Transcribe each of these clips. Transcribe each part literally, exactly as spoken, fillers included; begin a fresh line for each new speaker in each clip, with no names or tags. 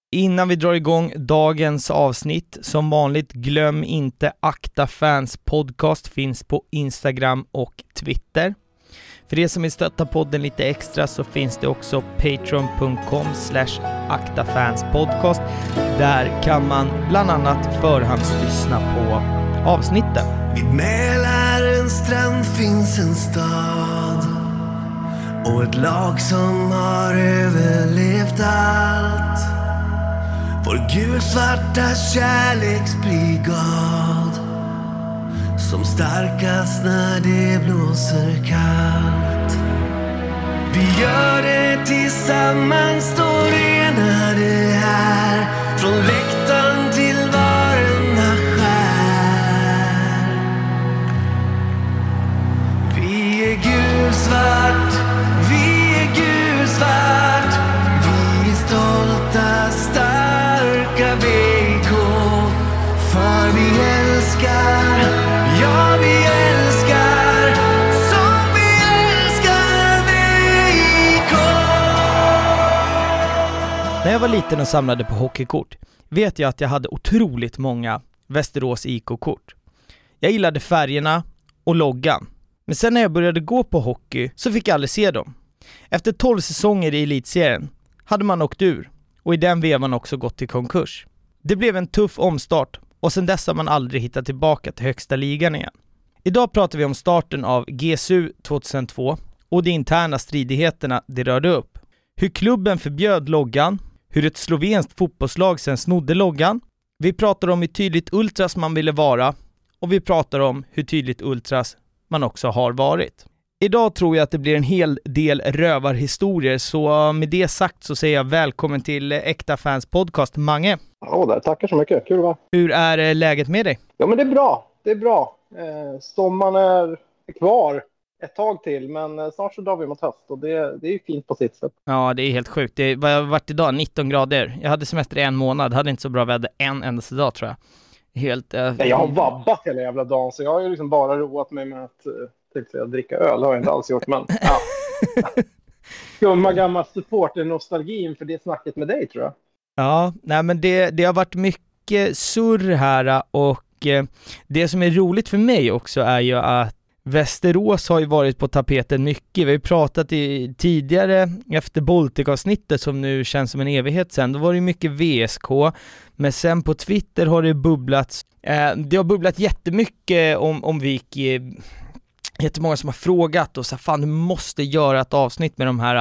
Innan vi drar igång dagens avsnitt, som vanligt glöm inte Akta Fans podcast finns på Instagram och Twitter. För er som vill stötta podden lite extra så finns det också patreon punkt com slash aktafanspodcast. Där kan man bland annat förhandslyssna på avsnitten.
Vid Mälarens strand finns en stad och ett lag som har överlevt allt. Vår gulsvarta kärleksbrigad som starkast när det blåser kallt. Vi gör det tillsammans, står enade här. Från läktaren till varenda skär. Vi är gulsvart, vi är gulsvart. Vi är stolta, starka V K. För vi älskar, ja vi älskar, som vi älskar V K.
När jag var liten och samlade på hockeykort vet jag att jag hade otroligt många Västerås I K-kort. Jag gillade färgerna och loggan. Men sen när jag började gå på hockey så fick jag aldrig se dem. Efter tolv säsonger i elitserien hade man åkt ur och i den vevan också gått till konkurs. Det blev en tuff omstart och sen dess har man aldrig hittat tillbaka till högsta ligan igen. Idag pratar vi om starten av G S U tjugohundratvå och de interna stridigheterna det rörde upp. Hur klubben förbjöd loggan, hur ett slovenskt fotbollslag sen snodde loggan. Vi pratar om hur tydligt ultras man ville vara och vi pratar om hur tydligt ultras man också har varit. Idag tror jag att det blir en hel del rövarhistorier, så med det sagt så säger jag välkommen till Äkta Fans podcast, Mange.
Ja, där. Tackar så mycket. Kul va?
Hur är läget med dig?
Ja, men det är bra. Det är bra. Eh, sommaren är kvar ett tag till, men snart så drar vi mot höst och det, det är ju fint på sitt sätt.
Ja, det är helt sjukt. Det har varit idag nitton grader. Jag hade semester i en månad, hade inte så bra väder en endaste dag tror jag. Helt... Eh,
jag har vabbat hela jävla dagen, så jag har ju liksom bara roat mig med att... Eh, tänkte jag dricka öl, har jag inte alls gjort, men ja. Skumma gammal supporter-nostalgin för det snacket med dig, tror jag.
Ja, nej men det, det har varit mycket surr här och eh, det som är roligt för mig också är ju att Västerås har ju varit på tapeten mycket. Vi har ju pratat i, tidigare efter Baltic-avsnittet som nu känns som en evighet sen. Då var det mycket V S K, men sen på Twitter har det bubblat. Eh, det har bubblat jättemycket om, om Vik. Eh, jättemånga som har frågat och så fan, du måste göra ett avsnitt med de här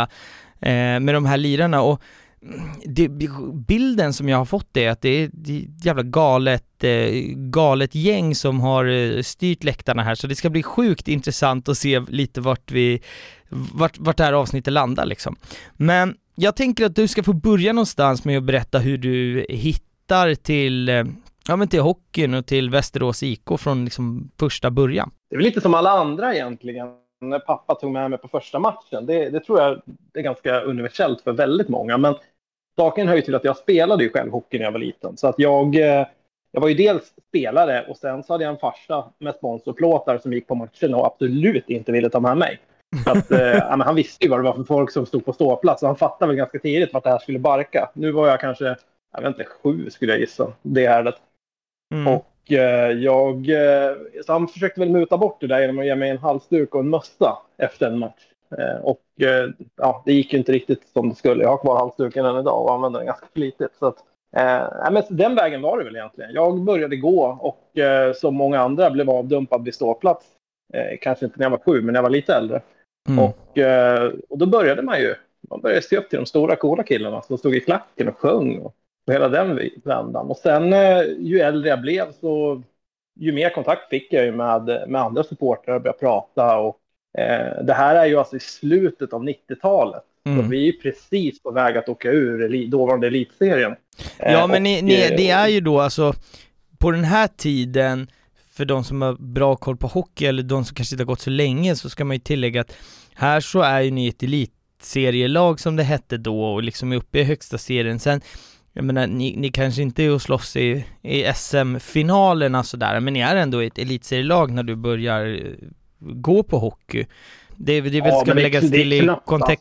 eh, med de här lirarna och det, bilden som jag har fått är att det är ett jävla galet eh, galet gäng som har eh, styrt läktarna här, så det ska bli sjukt intressant att se lite vart vi vart, vart det här avsnittet landar liksom. Men jag tänker att du ska få börja någonstans med att berätta hur du hittar till eh, ja, men till hockeyn och till Västerås I K från liksom första början.
Det är väl lite som alla andra egentligen. När pappa tog med mig på första matchen. Det, det tror jag är ganska universellt för väldigt många. Men saken hör ju till att jag spelade ju själv hockey när jag var liten. Så att jag, jag var ju dels spelare och sen så hade jag en farsa med sponsorplåtar som gick på matchen och absolut inte ville ta med mig. Så att, ja, men han visste ju vad det var för folk som stod på ståplats. Så han fattade väl ganska tidigt vart det här skulle barka. Nu var jag kanske, jag vet inte, sju skulle jag gissa. Det är det. Mm. Och eh, jag eh, så han försökte väl muta bort det där genom att ge mig en halsduk och en mössa efter en match. Eh, och eh, ja, det gick ju inte riktigt som det skulle. Jag har kvar halsduken än idag och använder den ganska flitigt. Så att, eh, men den vägen var det väl egentligen. Jag började gå och eh, som många andra blev avdumpad vid ståplats. Eh, kanske inte när jag var sju, men när jag var lite äldre. Mm. Och, eh, och då började man ju. Man började se upp till de stora coola killarna som stod i klacken och sjöng och på hela den vändan. Och sen ju äldre jag blev så ju mer kontakt fick jag ju med, med andra supportrar och började prata. Och, eh, det här är ju alltså i slutet av nittiotalet. Mm. Så vi är ju precis på väg att åka ur dåvarande elitserien.
Eh, ja, men ni, ni, det är ju då alltså på den här tiden, för de som har bra koll på hockey eller de som kanske inte har gått så länge, så ska man ju tillägga att här så är ju ni ett elitserielag som det hette då och liksom är uppe i högsta serien. Sen jag menar, ni, ni kanske inte är och slåss i, i S M-finalerna sådär, men ni är ändå ett elitserielag när du börjar gå på hockey. Det, det ja, ska väl läggas till i kontexten.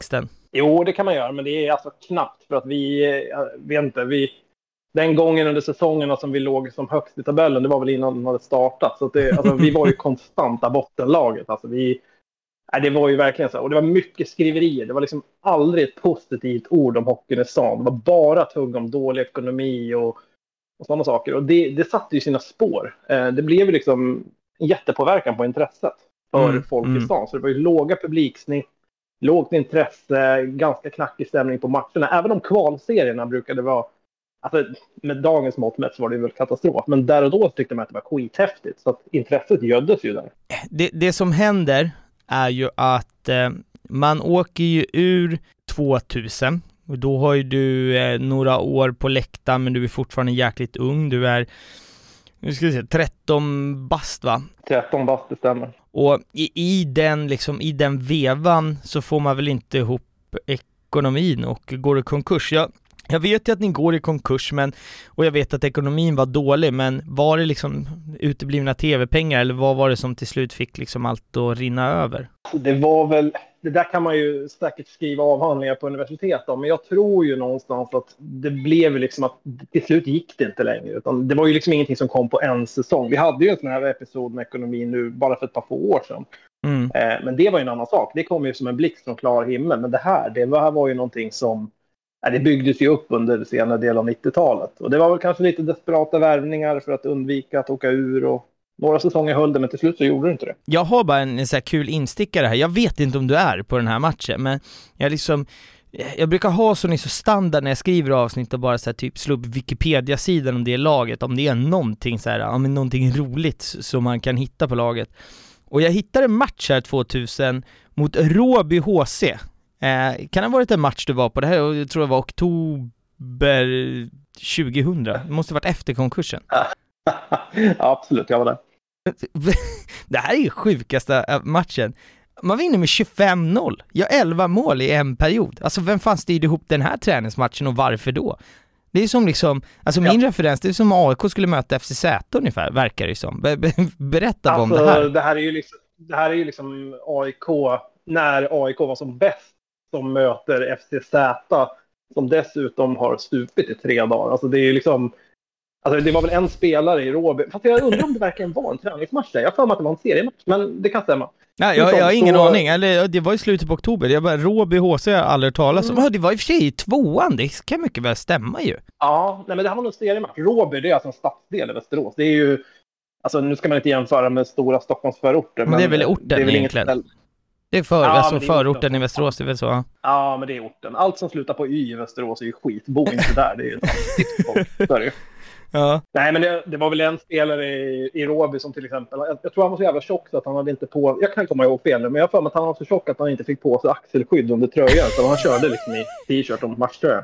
Jo, det kan man göra, men det är alltså knappt för att vi, jag vet inte, vi, den gången under säsongerna som vi låg som högst i tabellen, det var väl innan de hade startat. Så att det, alltså, vi var ju konstanta bottenlaget. Alltså, vi, nej, det var ju verkligen så. Och det var mycket skriverier. Det var liksom aldrig ett positivt ord om hockeyn i stan. Det var bara tugg om dålig ekonomi och, och sådana saker. Och det, det satte ju sina spår. Eh, det blev ju liksom en jättepåverkan på intresset för
Mm,
folk
mm.
i stan. Så det var ju låga publiksnitt, lågt intresse, ganska knackig stämning på matcherna. Även om kvalserierna brukade vara, alltså med dagens mått mätt så var det väl katastrof. Men där och då tyckte man att det var skithäftigt. Så att intresset göddes ju där.
Det, det som händer är ju att eh, man åker ju ur tvåtusen. Och då har ju du eh, några år på läktaren, men du är fortfarande jäkligt ung. Du är, nu ska vi se, tretton bast, va?
tretton bast, det stämmer.
Och i, i, den, liksom, i den vevan så får man väl inte ihop ekonomin och går i konkurs. Jag, jag vet ju att ni går i konkurs, men, och jag vet att ekonomin var dålig, men var det liksom uteblivna tv-pengar eller vad var det som till slut fick liksom allt att rinna över?
Det var väl, det där kan man ju säkert skriva avhandlingar på universitet om, men jag tror ju någonstans att det blev liksom att till slut gick det inte längre, utan det var ju liksom ingenting som kom på en säsong. Vi hade ju en sån här episod med ekonomin nu bara för ett par få år sedan.
Mm.
Eh, men det var ju en annan sak. Det kom ju som en blixt från klar himmel, men det här, det var, var ju någonting som eh, det byggdes ju upp under senare del av nittiotalet. Och det var väl kanske lite desperata värvningar för att undvika att åka ur, och några säsonger höll det, men till slut så gjorde det inte det.
Jag har bara en, en så här kul instickare här. Jag vet inte om du är på den här matchen, men jag liksom jag brukar ha så ni så standard när jag skriver avsnitt och bara så här, typ slå upp Wikipedia-sidan om det är laget, om det är någonting så här, ja, men någonting roligt som man kan hitta på laget. Och jag hittade en match här tvåtusen mot Råby H C. Eh, kan det ha varit en match du var på? Det här jag tror jag var oktober tjugohundra. Det måste ha varit efter konkursen.
Ja, absolut, jag var där.
Det här är ju sjukaste matchen. Man vinner med tjugofem noll. Jag har elva mål i en period. Alltså vem fan styrde ihop den här träningsmatchen och varför då? Det är som liksom, alltså min ja. referens, det är som A I K skulle möta F C Z ungefär, verkar det ju som. Be- be- berätta alltså, om det här.
Det här är ju liksom, det här är ju liksom A I K, när A I K var som bäst, som möter F C Z, som dessutom har stupit i tre dagar. Alltså det är ju liksom, alltså det var väl en spelare i Råby. Fast jag undrar om det verkligen var en träningsmatch där. Jag får att det var en seriematch, men det kan stämma.
Nej, jag, jag har ingen så... aning. Eller, det var i slutet på oktober. Jag bara, Råby H C har jag aldrig talat om. Mm. Det var i och för sig i tvåan. Det kan mycket väl stämma ju. Ja,
nej, men det här var nog en seriematch. Råby, det är alltså en stadsdel i Västerås. Det är ju, alltså nu ska man inte jämföra med stora Stockholmsförorter.
Men, men det är väl orten det är väl egentligen? Inget... Det är för, ja, alltså det är förorten orten. I Västerås, det är väl så?
Ja, men det är orten. Allt som slutar på Y i Västerås är ju skit. Bo inte där, det är ju ett annat. Ja. Nej, men det, det var väl en spelare i, i Råby som till exempel, jag, jag tror han var så jävla tjock så att han hade inte på, jag kan komma ihåg fel nu, men jag får mig att han var så tjock att han inte fick på sig axelskydd under tröjan, så han körde liksom i t-shirt och matchtröja.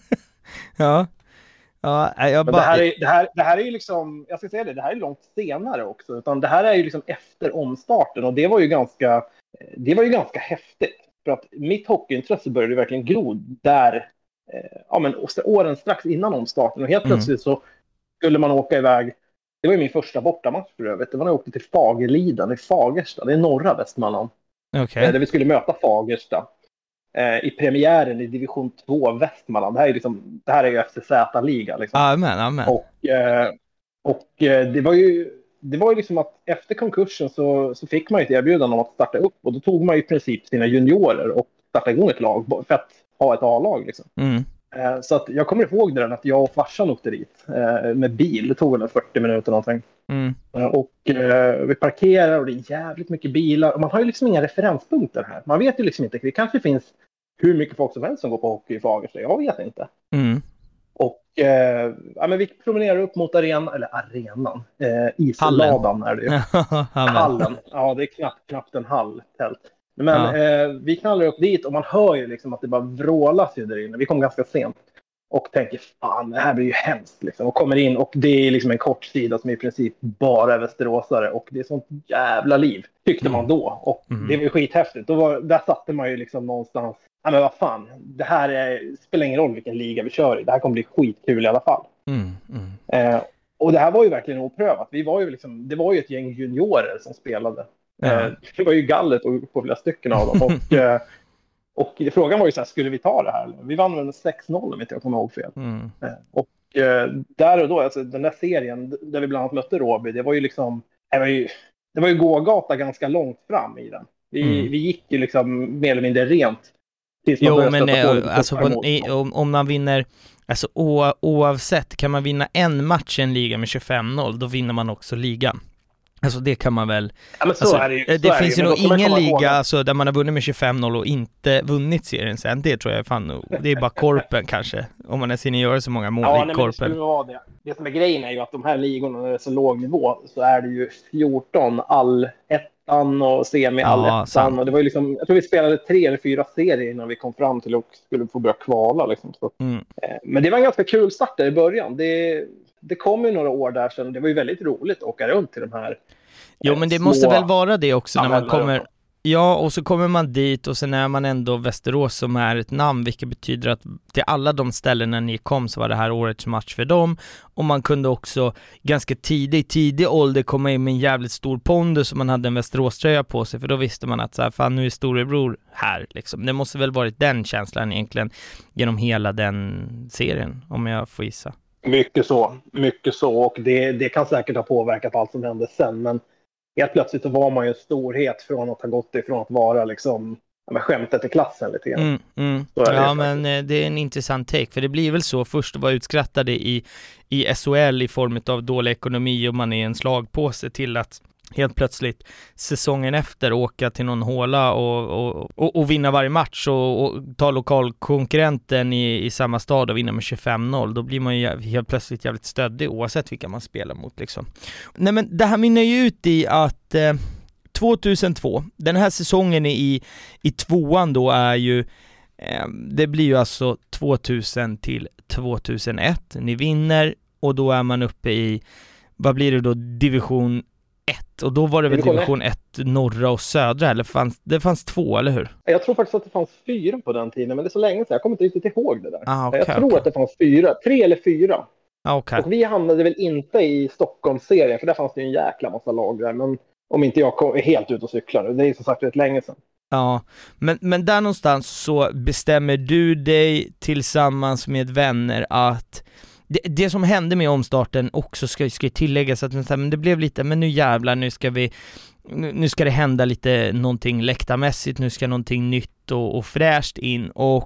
Ja. Ja, jag bara...
Men det här är, det här, det här är ju liksom, jag ska säga det, det här är långt senare också, utan det här är ju liksom efter omstarten, och det var ju ganska, det var ju ganska häftigt, för att mitt hockeyintresse började verkligen gro där, eh, ja men åren strax innan omstarten, och helt
Mm.
plötsligt så skulle man åka iväg. Det var ju min första bortamatch för övrigt. Det var när jag åkte till Fagerliden i Fagersta. Det är norra Västmanland.
Okay.
Där vi skulle möta Fagersta. Eh, I premiären i division två Västmanland. Det här är, liksom, det här är ju F C Z-liga. Liksom.
Amen, amen.
Och, eh, och eh, det var ju det var ju liksom att efter konkursen så, så fick man ju ett erbjudande om att starta upp. Och då tog man ju i princip sina juniorer och startade igång ett lag för att ha ett A-lag. Liksom. Mm. Så att jag kommer ihåg det där att jag och farsan åkte dit eh, med bil. Det tog väl fyrtio minuter någonting. Mm. Eh, och eh, vi parkerar och det är jävligt mycket bilar. Och man har ju liksom inga referenspunkter här. Man vet ju liksom inte. Det kanske finns hur mycket folk som helst som går på hockey i Fagersta. Jag vet inte. Mm. Och eh, ja, men vi promenerar upp mot arenan, eller arenan. Eh, isladan är det ju. Hallen. Ja, det är knappt, knappt en hall tält. Men ja. eh, vi knallar upp dit och man hör ju liksom att det bara vrålas ju där inne. Vi kom ganska sent och tänker, fan det här blir ju hemskt liksom. Och kommer in och det är liksom en kort sida som i princip bara är västeråsare. Och det är sånt jävla liv, tyckte mm. man då. Och mm. det var ju skithäftigt. Då var, där satte man ju liksom någonstans, ja men vad fan, det här är, spelar ingen roll vilken liga vi kör i. Det här kommer bli skitkul i alla fall. Mm. Mm. Eh, och det här var ju verkligen oprövat. Vi var ju liksom, det var ju ett gäng juniorer som spelade. Ja. Det var ju gallet och på flera stycken av dem. Och, Och frågan var ju så här, skulle vi ta det här? Vi vann väl med sex noll om inte jag kommer ihåg fel.
Mm.
Och eh, där och då, alltså den där serien där vi bland annat mötte Råby, det var ju liksom, det var ju, det var ju gågata ganska långt fram i den. Vi,
Mm.
vi gick ju liksom mer eller mindre rent.
Jo, men eh, alltså på, i, om, om man vinner, alltså o, oavsett, kan man vinna en match i en liga med tjugofem noll, då vinner man också ligan. Alltså det kan man väl...
Ja, men så
alltså,
är det ju.
Det, det finns ju nog ingen liga alltså, där man har vunnit med tjugofem noll och inte vunnit serien sen. Det tror jag fan, det är bara Korpen kanske. Om man är senior så många mål
ja,
i
nej,
Korpen.
Det, vara det. Det som är grejen är ju att de här ligorna, när det är så låg nivå, så är det ju fjorton all ettan och semi all
Ja,
ettan. Och det var ju liksom, jag tror vi spelade tre eller fyra serier innan vi kom fram till och skulle få börja kvala. Liksom. Så,
Mm.
eh, men det var en ganska kul start där i början. Det, det kom ju några år där sedan och det var ju väldigt roligt att åka runt till de här.
Jo, men det måste väl vara det också när man kommer... Ja, och så kommer man dit och sen är man ändå Västerås som är ett namn, vilket betyder att till alla de ställena ni kom så var det här årets match för dem. Och man kunde också ganska tidigt, tidig ålder komma in med en jävligt stor pondus som man hade en Västerås-tröja på sig, för då visste man att så här, fan nu är storebror här liksom. Det måste väl varit den känslan egentligen genom hela den serien, om jag får gissa. Mycket så, mycket så, och det, det kan säkert ha påverkat allt som hände sen, men helt plötsligt så var man ju en storhet från att ha gått ifrån att vara liksom, ja, skämtet i klassen lite grann. Mm, mm. Ja, men eh, det är en intressant take, för det blir väl så, först att vara utskrattade i, i S H L i form av dålig ekonomi och man är en slagpåse, till att helt plötsligt säsongen efter åka till någon håla och, och, och, och vinna varje match och, och ta lokalkonkurrenten i, i samma stad och vinna med tjugofem noll. Då blir man ju helt plötsligt jävligt stöddig oavsett vilka man spelar mot liksom. Nej, men det här minner ju ut i att eh, tjugohundratvå, den här säsongen i, i tvåan då är ju eh, det blir ju alltså tvåtusen till tvåtusenett. Ni vinner och då är man uppe i, vad blir det då, division ett, och då var det väl division ett norra och södra, eller fanns, det fanns två, eller hur? Jag tror faktiskt att det fanns fyra på den tiden, men det är så länge sedan, jag kommer inte riktigt ihåg det där. Ah, okay, jag tror okay. att det fanns fyra, tre eller fyra. Ah, okay. Och vi hamnade väl inte i Stockholmsserien, för där fanns det ju en jäkla massa lag där, men om inte jag kom, är helt ute och cyklar, det är som sagt rätt länge sedan. Ja, men, men där någonstans så bestämmer du dig tillsammans med vänner att Det, det som hände med omstarten också ska, ska tilläggas att men det blev lite, men nu jävlar, nu ska vi nu, nu ska det hända lite någonting läktarmässigt, nu ska någonting nytt och, och fräscht in, och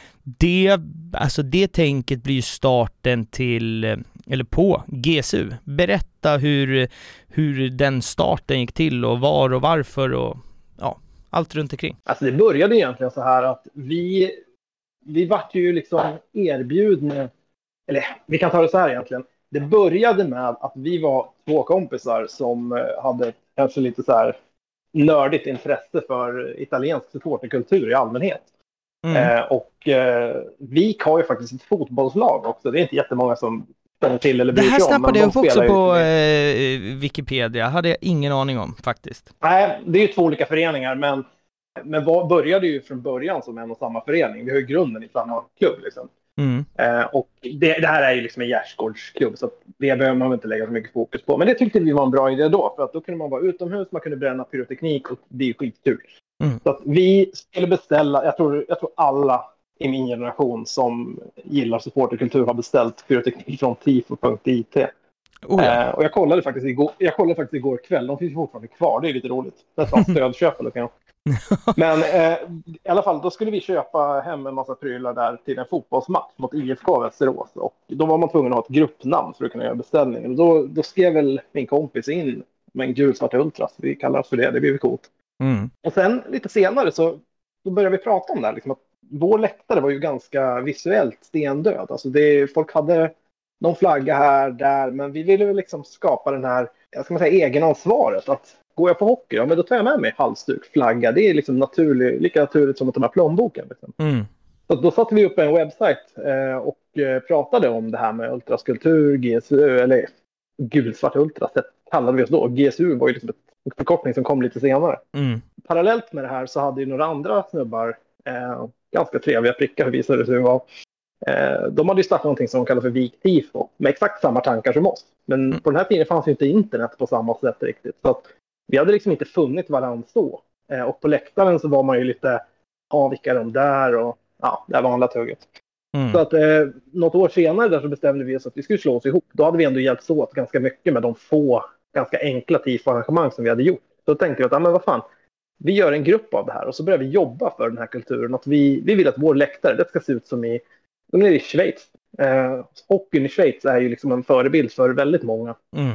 det, alltså det tänket blir ju starten till, eller på G S U. Berätta hur, hur den starten gick till och var och varför och ja, allt runt omkring. Alltså det började egentligen så här att vi vi vart ju liksom erbjudna. Eller vi kan ta det så här egentligen. Det började med att vi var två kompisar som hade kanske lite så här nördigt intresse för italiensk supporterkultur i allmänhet. Mm. Eh, och eh, vi har ju faktiskt ett fotbollslag också. Det är inte jättemånga som känner till eller bryr sig om. Det här snappade jag upp också på eh, Wikipedia. Hade jag ingen aning om faktiskt. Nej, det är ju två olika föreningar, men, men var, började ju från början som en och samma förening. Vi har ju grunden i samma klubb liksom. Mm. Eh, och det, det här är ju liksom en gärdsgårdsklubb, så att det behöver man inte lägga så mycket fokus på. Men det tyckte vi var en bra idé då, för att då kunde man vara utomhus, man kunde bränna pyroteknik och det är skitkul. Mm. Så att vi skulle beställa, jag tror, jag tror alla i min generation som gillar supporterkultur har beställt pyroteknik från tifo punkt I T. Oh ja. eh, och jag kollade faktiskt igår, jag kollade faktiskt igår kväll, de finns fortfarande kvar, det är lite roligt. Nästan stödköp eller kanske. Men eh, i alla fall, då skulle vi köpa hem en massa prylar där till en fotbollsmatch mot I F K Västerås. Och då var man tvungen att ha ett gruppnamn för att kunna göra beställningen. Och då, då skrev väl min kompis in med en gulsvart ultras. Vi kallar oss för det, det blev coolt. Mm. Och sen lite senare så då började vi prata om det här. Liksom att vår läktare var ju ganska visuellt stendöd. Alltså det, folk hade någon flagga här, där. Men vi ville väl liksom skapa den här, jag ska man säga, egenansvaret att går jag på hockey, ja, men då tar jag med mig halsduk, flagga. Det är liksom naturligt, lika naturligt som att ta med plånboken. Liksom. Mm. Så då satte vi upp en webbsajt eh, och eh, pratade om det här med ultraskulptur, G S U, eller gulsvart ultras, det kallade vi oss då. G S U var ju liksom en förkortning som kom lite senare. Mm. Parallellt med det här så hade ju några andra snubbar, eh, ganska trevliga prickar visade det sig vara. Eh, de hade ju startat någonting som de kallar för Vik Tifo, med exakt samma tankar som oss. Men mm. på den här tiden fanns ju inte internet på samma sätt riktigt. Så att vi hade liksom inte funnit varandra så. Eh, och på läktaren så var man ju lite
ja, vilka är de där? Och ja, det var andra tugget.
Mm.
Så att eh, något år senare där så bestämde vi oss att vi skulle slå oss ihop. Då hade vi ändå hjälpts åt ganska mycket med de få ganska enkla tifo-arrangemang som vi hade gjort. Så tänkte jag att, ja, men vad fan, vi gör en grupp av det här och så börjar vi jobba för den här kulturen. Att vi, vi vill att vår läktare, det ska se ut som i, som är i Schweiz. Eh, hockeyn i Schweiz är ju liksom en förebild för väldigt många.
Mm.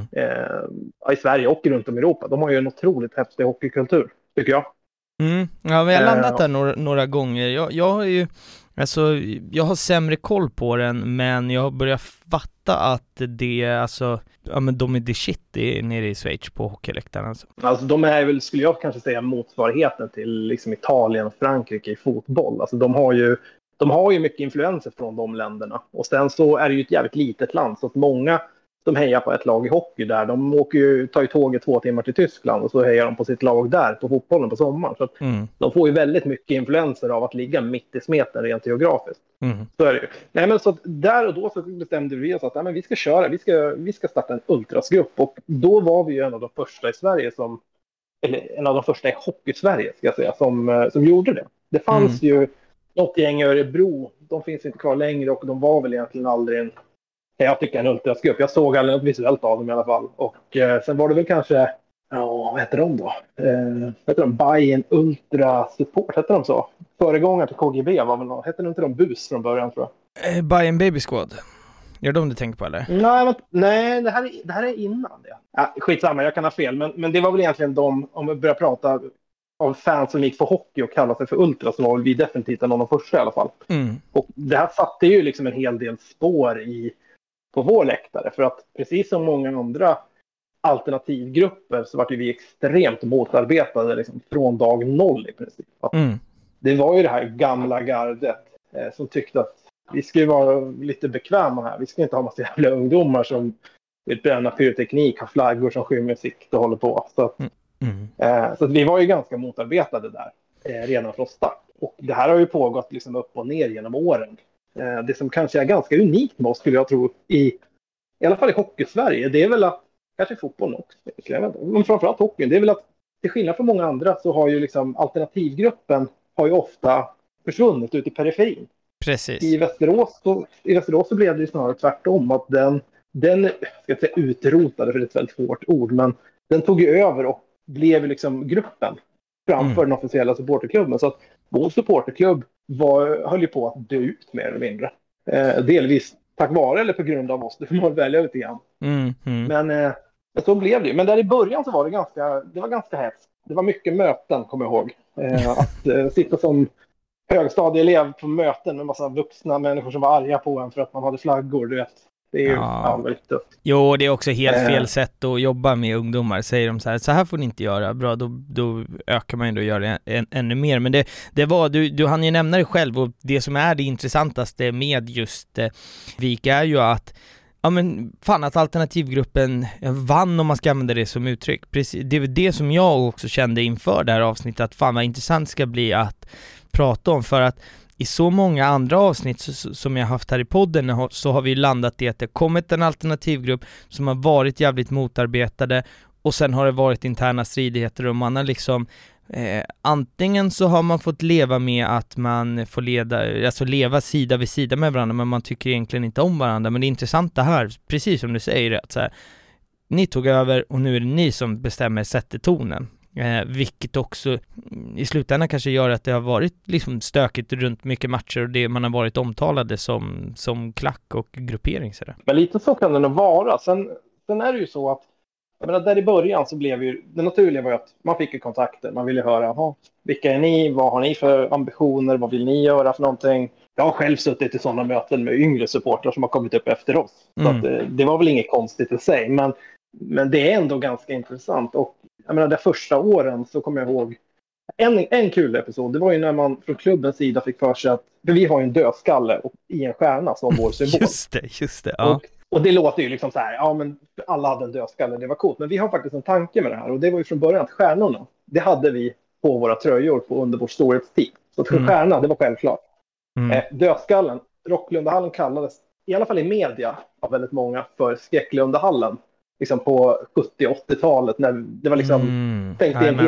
Eh, I Sverige och runt om i Europa. De har ju en otroligt häftig hockeykultur, tycker jag.
Mm. Ja, men jag har landat där några, några gånger. Jag, jag har ju, alltså, jag har sämre koll på den, men jag har börjat fatta att det, alltså, ja men de är the shit nere i Schweiz på hockeyläktaren. Alltså.
Alltså de är väl, skulle jag kanske säga, motsvarigheten till liksom Italien och Frankrike i fotboll. Alltså de har ju, de har ju mycket influenser från de länderna. Och sen så är det ju ett jävligt litet land, så att många som hejar på ett lag i hockey där, de åker ju, tar ju tåget två timmar till Tyskland och så hejar de på sitt lag där på fotbollen på sommaren. Så att
mm.
de får ju väldigt mycket influenser av att ligga mitt i smeten rent geografiskt.
Mm.
Så är det ju. Nej, men så att där och då så bestämde vi oss att nej, men vi ska köra, vi ska, vi ska starta en ultrasgrupp. Och då var vi ju en av de första i Sverige som, eller en av de första i hockey-Sverige ska jag säga, som, som gjorde det. Det fanns mm. ju något gäng i Örebro, de finns inte kvar längre och de var väl egentligen aldrig en, jag tycker en ultrasgrupp. Jag såg aldrig något visuellt av dem i alla fall. Och eh, sen var det väl kanske, ja, vad heter de då? Eh, vad heter de? Bayern Ultra Support, heter de så? Föregångare till K G B var väl någon, hette de inte de Bus från början, tror jag?
Eh, Bayern Baby Squad. Gör de du tänker på, eller?
Nej, men, nej det, här är, det här är innan det. Ja, skitsamma, jag kan ha fel. Men, men det var väl egentligen de, om vi börjar prata av fans som gick på hockey och kallade sig för ultra, så var vi definitivt en av de första i alla fall.
Mm. Och
det här satte ju liksom en hel del spår i på vår läktare. För att precis som många andra alternativgrupper så var vi extremt motarbetade liksom, från dag noll i princip. Att
mm.
Det var ju det här gamla gardet eh, som tyckte att vi skulle vara lite bekväma här. Vi ska inte ha massa jävla ungdomar som vill bränna pyroteknik, har flaggor som skymmer sikt och håller på. Så, att,
mm.
eh, så att vi var ju ganska motarbetade där eh, redan från start. Och det här har ju pågått liksom upp och ner genom åren. Eh, det som kanske är ganska unikt med oss, skulle jag tro, i, i alla fall i hockey-Sverige, det är väl att, kanske fotbollen också, men framförallt hockeyn, det är väl att till skillnad från många andra så har ju liksom alternativgruppen har ju ofta försvunnit ut i periferin.
Precis.
I Västerås så, i Västerås så blev det ju snarare tvärtom, att den, den ska jag säga utrotade, för det är ett väldigt hårt ord, men den tog ju över och blev liksom gruppen framför mm. den officiella supporterklubben. Så att vår supporterklubb var, höll ju på att dö ut mer eller mindre. Eh, delvis tack vare eller på grund av oss, det får man välja lite grann.
Mm. Mm.
Men eh, så blev det ju. Men där i början så var det ganska, det var ganska hets. Det var mycket möten, kommer jag ihåg. Eh, att eh, sitta som högstadieelev på möten med massa vuxna människor som var arga på en för att man hade flaggor, du vet. Det är ju
ja.
Ja, väldigt tufft.
Jo, det är också helt fel
eh.
sätt att jobba med ungdomar. Säger de så här, så här får ni inte göra. Bra, då, då ökar man ju då och gör det än, ännu mer. Men det, det var, du, du hann ju nämna det själv, och det som är det intressantaste med just eh, Vik är ju att ja men fan att alternativgruppen vann, om man ska använda det som uttryck. Precis, det är det som jag också kände inför det här avsnittet, att fan vad intressant ska bli att prata om, för att i så många andra avsnitt som jag haft här i podden så har vi landat i att det kommit en alternativgrupp som har varit jävligt motarbetade, och sen har det varit interna stridigheter och man har liksom eh, antingen så har man fått leva med att man får leda, alltså leva sida vid sida med varandra, men man tycker egentligen inte om varandra. Men det intressanta här, precis som du säger, att så här, ni tog över och nu är det ni som bestämmer, sätter tonen. Eh, vilket också i slutändan kanske gör att det har varit liksom stökigt runt mycket matcher, och det man har varit omtalade som, som klack och gruppering. Så där.
Men lite så kan det nog vara. Sen, sen är det ju så att jag menar, där i början så blev ju det naturliga var att man fick ju kontakter. Man ville höra, vilka är ni? Vad har ni för ambitioner? Vad vill ni göra för någonting? Jag har själv suttit i sådana möten med yngre supportrar som har kommit upp efter oss. Mm. Så att, det, det var väl inget konstigt i sig. Men, men det är ändå ganska intressant. Och jag menar, de första åren så kommer jag ihåg en, en kul episod. Det var ju när man från klubbens sida fick för sig att, för vi har ju en dödskalle och i en stjärna som vår symbol.
Just det, just det. Ja.
Och, och det låter ju liksom så här, ja men alla hade en dödskalle, det var coolt. Men vi har faktiskt en tanke med det här, och det var ju från början att stjärnorna, det hade vi på våra tröjor på under vår storhetstid. Så för mm. stjärna, det var självklart. Mm. Eh, dödskallen, Rocklundahallen kallades, i alla fall i media av väldigt många, för Skräcklundahallen. Liksom på sjuttio- åttiotalet när det var liksom
mm.
tänkte en,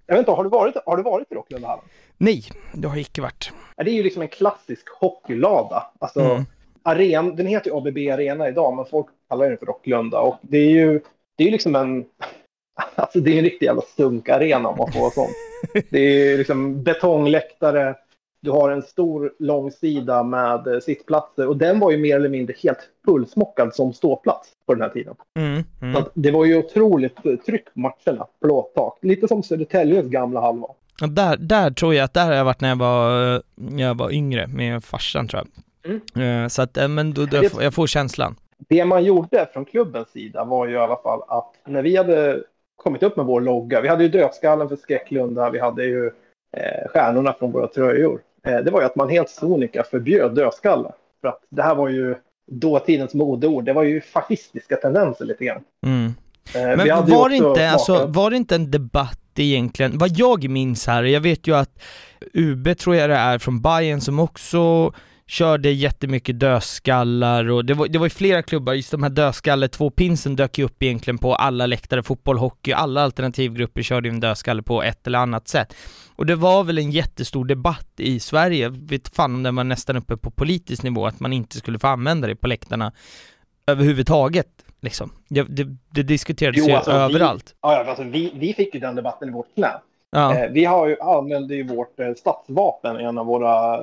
Jag vet inte, har du varit, har du varit i Rocklundahallen?
Nej, det har icke varit.
Det är ju liksom en klassisk hockeylada. Alltså,
Mm.
aren, den heter ju A B B Arena idag, men folk kallar den för Rocklunda. Och det är ju, det är ju liksom en... Alltså det är en riktig jävla stunkarena om man får sånt. Det är liksom betongläktare. Du har en stor långsida med sittplatser. Och den var ju mer eller mindre helt fullsmockad som ståplats på den här tiden.
Mm. Mm.
Så att det var ju otroligt tryck på matcherna. Plåttak. Lite som Södertäljes gamla halva.
Ja, där, där tror jag att där har jag varit när jag var, när jag var yngre med farsan, tror jag. Mm. Så att, men då, då, jag får känslan. Det
man gjorde från klubbens sida var ju i alla fall att när vi hade kommit upp med vår logga, vi hade ju dödskallen för Skräcklunda, vi hade ju eh, stjärnorna från våra tröjor. Eh, det var ju att man helt sonika förbjöd dödskallar. För att det här var ju dåtidens modeord, det var ju fascistiska tendenser lite grann. Mm.
Eh, men var det, inte, alltså, var det inte en debatt egentligen, vad jag minns här, jag vet ju att U B tror jag det är från Bayern som också körde jättemycket dödskallar, och det var, det var ju flera klubbar, just de här dödskallar, två pinsen dök ju upp egentligen på alla läktare, fotboll, hockey, alla alternativgrupper körde ju en dödskalle på ett eller annat sätt. Och det var väl en jättestor debatt i Sverige, vet fan om den var nästan uppe på politisk nivå, att man inte skulle få använda det på läktarna överhuvudtaget. Liksom. Det, det, det diskuterades ju alltså överallt.
Vi, ja, alltså vi, vi fick ju den debatten i vårt knä. Ja. Eh, vi har ju använde ju vårt eh, stadsvapen, en av våra...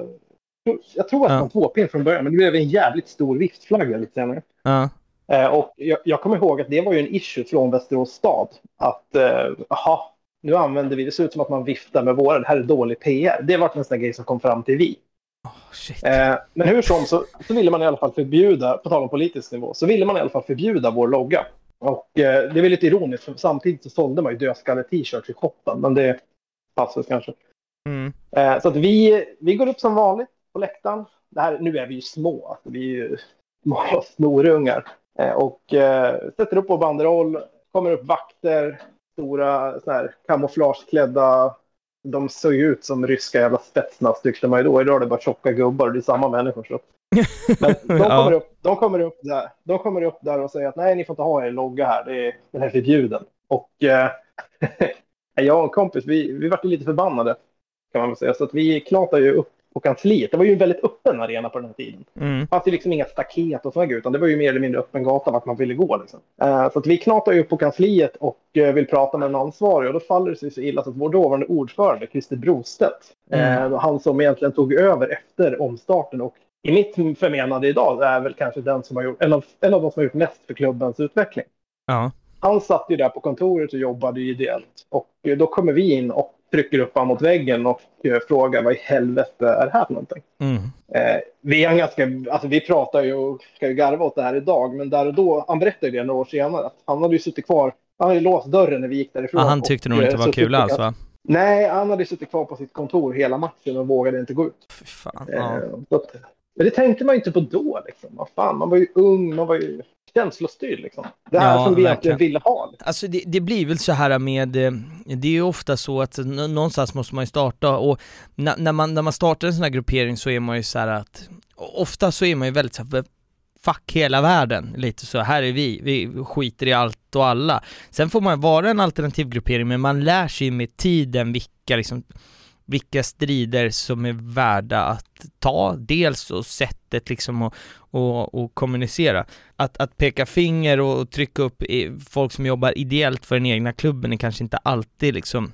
Jag tror att det var två pin från början, men det blev en jävligt stor viftflagga lite senare. Ja. Eh, och jag, jag kommer ihåg att det var ju en issue från Västerås stad. Att, eh, aha, nu använder vi, det ser ut som att man viftar med våra, det här är dålig P R. Det var nästan grej som kom fram till vi.
Oh, shit.
Eh, men hur som så, så ville man i alla fall förbjuda, på tal om politisk nivå, så ville man i alla fall förbjuda vår logga. Och eh, det är lite ironiskt, för samtidigt så sålde man ju dödskalle-t-shirts i shoppen, men det passar kanske. Mm. Eh, så att vi, vi går upp som vanligt på läktaren. Det här, nu är vi ju små, alltså vi är ju små snorungar. Eh, och eh, sätter upp på banderoll, kommer upp vakter, stora så här kamouflageklädda. De såg ut som ryska jävla spetsnaz tyckte man ju då. Idag är det bara tjocka gubbar och det är samma människor. Så. Men de kommer, upp, de, kommer upp där, de kommer upp där och säger att nej, ni får inte ha er logga här. Det är, den här förbjuden. Och eh, jag och en kompis, vi, vi var lite förbannade kan man väl säga. Så att vi knatade ju upp på kansliet. Det var ju en väldigt öppen arena på den här tiden. Mm. Det fanns ju liksom inga staket och sådär, utan det var ju mer eller mindre öppen gata vart man ville gå. Liksom. Uh, så att vi knatade ju upp på kansliet och uh, vill prata med en ansvarig. Och då faller det sig så illa så att vår dåvarande ordförande, Christer Brostedt, mm. uh, han som egentligen tog över efter omstarten och i mitt förmenande idag är väl kanske den som har gjort, en av, en av de som har gjort mest för klubbens utveckling. Ja. Han satt ju där på kontoret och jobbade ju ideellt. Och uh, då kommer vi in och trycker upp han mot väggen och uh, frågar vad i helvete är det här för någonting. Mm. Eh, vi, är ganska, alltså vi pratar ju och ska ju garva åt det här idag, men där och då, han berättade det några år senare att han hade ju suttit kvar, han hade låst dörren när vi gick därifrån.
Ja, han tyckte och, nog inte det var kul alls, va?
Nej, han hade suttit kvar på sitt kontor hela matchen och vågade inte gå ut.
Fy fan,
eh,
ja.
så att, men det tänkte man ju inte på då liksom. Vad fan, man var ju ung, man var ju känslostyrd liksom. Det här
ja,
som vi
verkligen
egentligen ville ha. Liksom.
Alltså det, det blir väl så här med, det är ju ofta så att någonstans måste man ju starta, och när, när, man, när man startar en sån här gruppering så är man ju så här att, ofta så är man ju väldigt så här, fuck hela världen, lite så, här är vi, vi skiter i allt och alla. Sen får man vara en alternativ gruppering, men man lär sig med tiden vilka liksom, vilka strider som är värda att ta, dels och sättet liksom och, och, och kommunicera. Att, att peka finger och, och trycka upp folk som jobbar ideellt för den egna klubben är kanske inte alltid liksom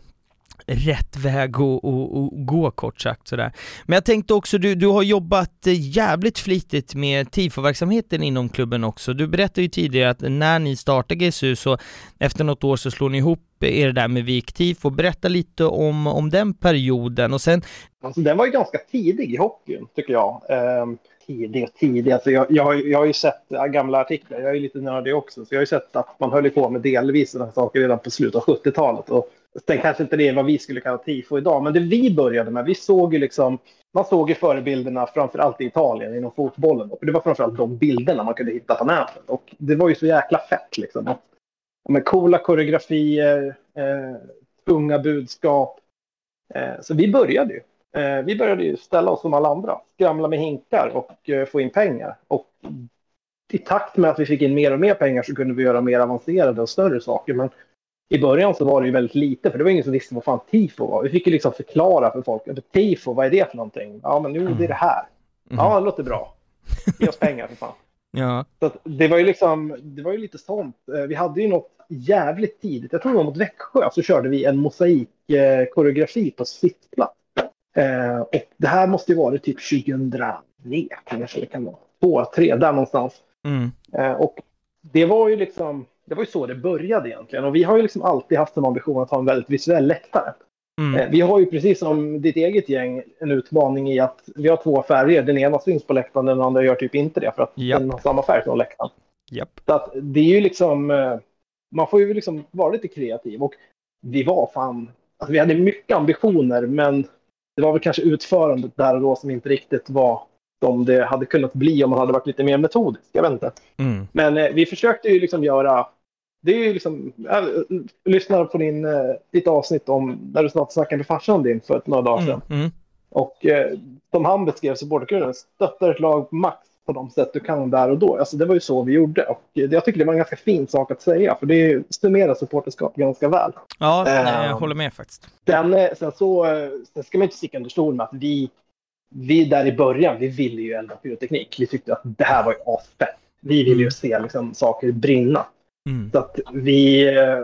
rätt väg att och, och, och gå, kort sagt sådär. Men jag tänkte också, du, du har jobbat jävligt flitigt med tifo-verksamheten inom klubben också. Du berättade ju tidigare att när ni startade G S U så efter något år så slår ni ihop er där med Vik Tifo. Berätta lite om, om den perioden och sen...
Alltså den var ju ganska tidig i hockeyn tycker jag. Ehm, tidig och tidig. Alltså jag, jag, jag har ju sett gamla artiklar, jag är lite nördig också, så jag har ju sett att man höll på med delvis sådana saker redan på slutet av sjuttiotalet och sen kanske inte det är vad vi skulle kalla tifo idag, men det vi började med, vi såg ju liksom, man såg ju förebilderna framförallt i Italien inom fotbollen, och det var framförallt de bilderna man kunde hitta på nätet, och det var ju så jäkla fett liksom. Och med coola koreografier, eh, unga budskap, eh, så vi började ju. Eh, vi började ju ställa oss som alla andra, skramla med hinkar och eh, få in pengar, och i takt med att vi fick in mer och mer pengar så kunde vi göra mer avancerade och större saker, men i början så var det ju väldigt lite, för det var ingen som visste vad fan tifo var. Vi fick ju liksom förklara för folk, tifo, vad är det för någonting? Ja, men nu det är det här. Ja, det låter bra. Ge oss pengar för fan.
Ja.
Så att det var ju liksom, det var ju lite sånt. Vi hade ju något jävligt tidigt. Jag tror det var mot Växjö, så körde vi en mosaikkoreografi på sittplats. Eh, och det här måste ju vara typ tjugohundratre kanske det kan vara. Två, tre, där någonstans.
Mm.
Eh, och det var ju liksom, det var ju så det började egentligen. Och vi har ju liksom alltid haft en ambition att ha en väldigt visuell läktare.
Mm.
Eh, vi har ju precis som ditt eget gäng en utmaning i att vi har två färger. Den ena syns på läktaren, den andra gör typ inte det för att
Japp.
den har samma färg som läktaren.
Japp.
Så att det är ju liksom, eh, man får ju liksom vara lite kreativ. Och vi var fan, alltså vi hade mycket ambitioner, men det var väl kanske utförandet där och då som inte riktigt var som det hade kunnat bli om man hade varit lite mer metodisk. Jag vet inte.
Mm.
Men eh, vi försökte ju liksom göra, det är ju liksom, jag lyssnade på din, eh, ditt avsnitt om, när du snart snackade med farsan din för ett några dagar sedan.
Mm. Mm.
Och eh, som han beskrev supporterklubben, stöttar ett lag max på de sätt du kan där och då. Alltså det var ju så vi gjorde. Och eh, jag tycker det var en ganska fin sak att säga, för det summerar supporterskap ganska väl.
Ja,
Eh,
nej, jag håller med faktiskt.
Sen, eh, sen så eh, sen ska man inte sticka under stol med att vi, vi där i början, vi ville ju elda pyroteknik. Vi tyckte att det här var ju asfett. Vi ville ju se liksom, saker brinna.
Mm.
Så att vi, eh,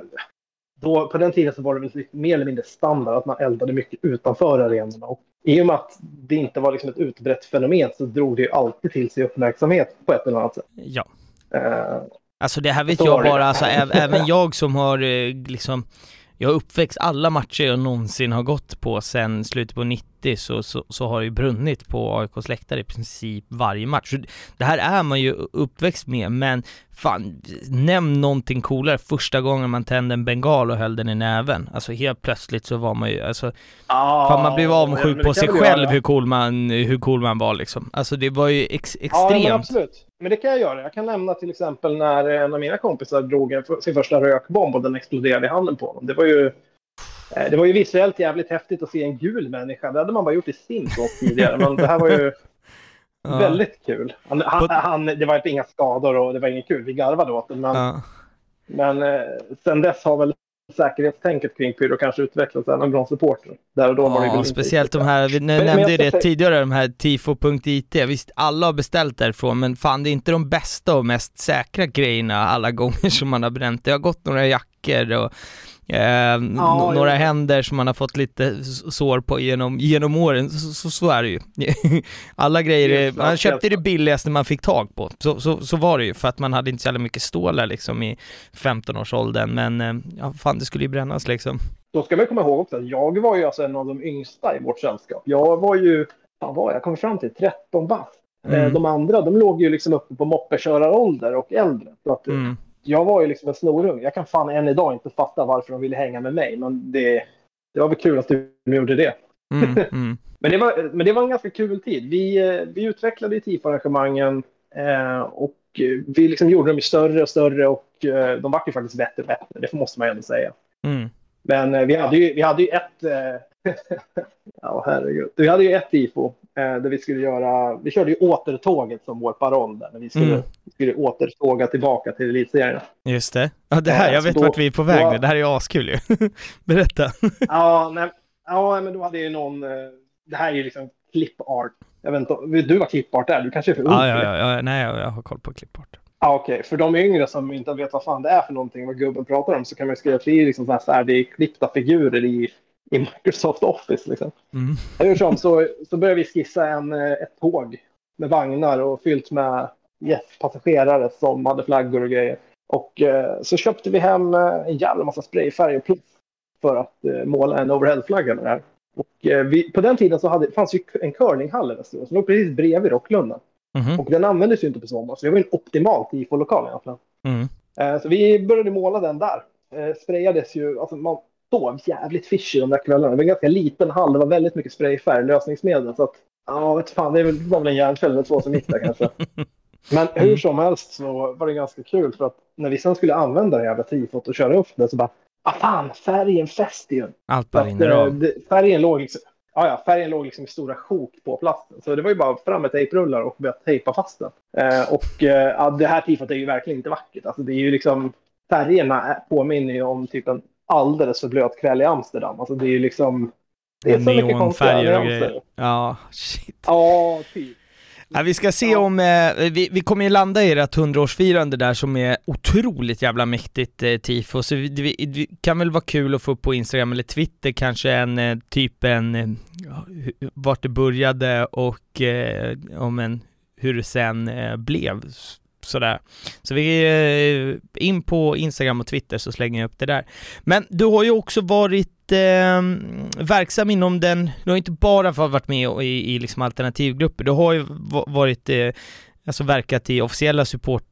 då, på den tiden så var det väl mer eller mindre standard att man eldade mycket utanför arenorna. Och i och med att det inte var liksom ett utbrett fenomen så drog det ju alltid till sig uppmärksamhet på ett eller annat sätt.
Ja.
Eh,
Alltså det här vet
Så
jag
var det.
bara, alltså, ä- även jag som har eh, liksom, jag har uppväxt alla matcher jag någonsin har gått på sen slutet på nittio, så, så, så har det ju brunnit på A I K:s läktare i princip varje match. Så det här är man ju uppväxt med, men fan, nämn någonting coolare första gången man tände en bengal och höll den i näven. Alltså helt plötsligt så var man ju, alltså
ah,
fan, man blev avundsjuk
ja,
på sig själv
göra.
hur cool man, hur cool man var liksom. Alltså det var ju ex-
Ja,
extremt.
men absolut. Men det kan jag göra. Jag kan nämna till exempel när en av mina kompisar drog en, sin första rökbomb och den exploderade i handen på honom. Det var ju Det var ju visuellt jävligt häftigt att se en gul människa. Det hade man bara gjort i Sims tidigare. Men det här var ju
Ja.
väldigt kul. Han, han, han, det var inga skador och det var inget kul. Vi garvade åt det. Men,
Ja.
men eh, sen dess har väl säkerhetstänket kring pyro kanske utvecklats av en bra supporter. Där och då var det
Ja,
väl
speciellt de här, vi
Men- men
nämnde ju
jag
det
ska säga-
tidigare, de här tifo punkt I T. Visst, alla har beställt därifrån, men fan, det är inte de bästa och mest säkra grejerna alla gånger som man har bränt. Det har gått några jackor och eh, n-
Ja,
några
ja.
händer som man har fått lite s- sår på genom, genom åren. Så, så, så är det ju. Alla grejer,
Helt
är-
klart,
man köpte
helt
det billigaste man fick tag på. Så, så, så var det ju, för att man hade inte så jävla mycket stålar liksom i femton-årsåldern. Men eh, ja, fan, det skulle ju brännas liksom.
Då ska man komma ihåg också att jag var ju alltså en av de yngsta i vårt sällskap. Jag var ju, vad var jag? Jag kom fram till tretton bast.
Mm.
Eh, De andra, de låg ju liksom uppe på moppekörarålder och äldre. Så att,
Mm.
jag var ju liksom en snorung. Jag kan fan än idag inte fatta varför de ville hänga med mig. Men det, det var väl kul att du gjorde det.
Mm. Mm.
Men det var, men det var en ganska kul tid. Vi, eh, vi utvecklade i tifo-arrangemangen eh, och eh, vi liksom gjorde dem ju större och större och eh, de var ju faktiskt bättre och bättre. Det måste man ju ändå säga.
Mm.
Men eh, vi hade ju, vi hade ju ett eh, ja, herregud. Vi hade ju ett tifo eh, där vi skulle göra, vi körde ju återtåget som vår paroll där, när vi skulle,
Mm.
skulle återtåga tillbaka till elitserien.
Just det. Ja, det här, jag
Så
vet
då-
vart vi är på väg
då-
nu. Det här är ju askul ju. Berätta.
Ja, nej, ja, men då hade ju någon, eh, det här är ju liksom clip art. Jag vet inte, vet du vad clip art är? Du kanske är för ung
Ja,
för
ja,
det.
ja, ja, nej, jag, jag har koll på klipport.
Ja, okej. För de yngre som inte vet vad fan det är för någonting, vad gubben pratar om, så kan man ju skriva att det är liksom så här färdigklippta figurer i, i Microsoft Office. Liksom.
Mm.
Hur som, så, så började vi skissa en, eh, ett tåg med vagnar och fyllt med gästpassagerare som hade flaggor och grejer. Och eh, så köpte vi hem eh, en jävla massa sprayfärg och plast för att eh, måla en overheadflagga med det här. Och eh, vi, på den tiden så hade, fanns ju en curlinghall i Västerås som låg precis bredvid Rocklundan.
Mhm.
Och den användes ju inte på sommar, så det var ju en optimal tifo-lokal egentligen.
Mm.
Eh, så vi började måla den där. Eh, sprayades ju, alltså man sov jävligt fishy de där kvällarna. Det var en ganska liten hall, det var väldigt mycket sprayfärg, lösningsmedel. Så att, ja vet fan, det var väl en järnfäll eller två som gick där kanske. Men hur som helst så var det ganska kul, för att när vi sen skulle använda det jävla tifot och köra upp det så bara, ah fan, färgen fäster ju.
Allt
Så
bara
att,
rinner
eh,
av.
det, färgen låg liksom, ja, ja, färgen låg liksom i stora sjok på plasten. Så det var ju bara fram med tejprullar och börja tejpa fast den. Eh, och eh, ja, det här tifot är ju verkligen inte vackert. Alltså det är ju liksom, färgerna är- påminner ju om typ en alldeles för blöt kväll i Amsterdam. Alltså det är ju liksom, det är så mycket konstiga nyanser.
Ja, shit.
Ja, typ.
Ja, vi ska se om, eh, vi, vi kommer ju landa i ert hundraårsfirande där som är otroligt jävla mäktigt eh, tifo, så vi, vi, det kan väl vara kul att få upp på Instagram eller Twitter kanske en eh, typ en eh, vart det började och eh, om en hur det sen eh, blev sådär. Så vi är in på Instagram och Twitter så slänger jag upp det där. Men du har ju också varit eh, verksam inom den, du har inte bara varit med i, i liksom alternativgrupper, du har ju varit eh, alltså verkat i officiella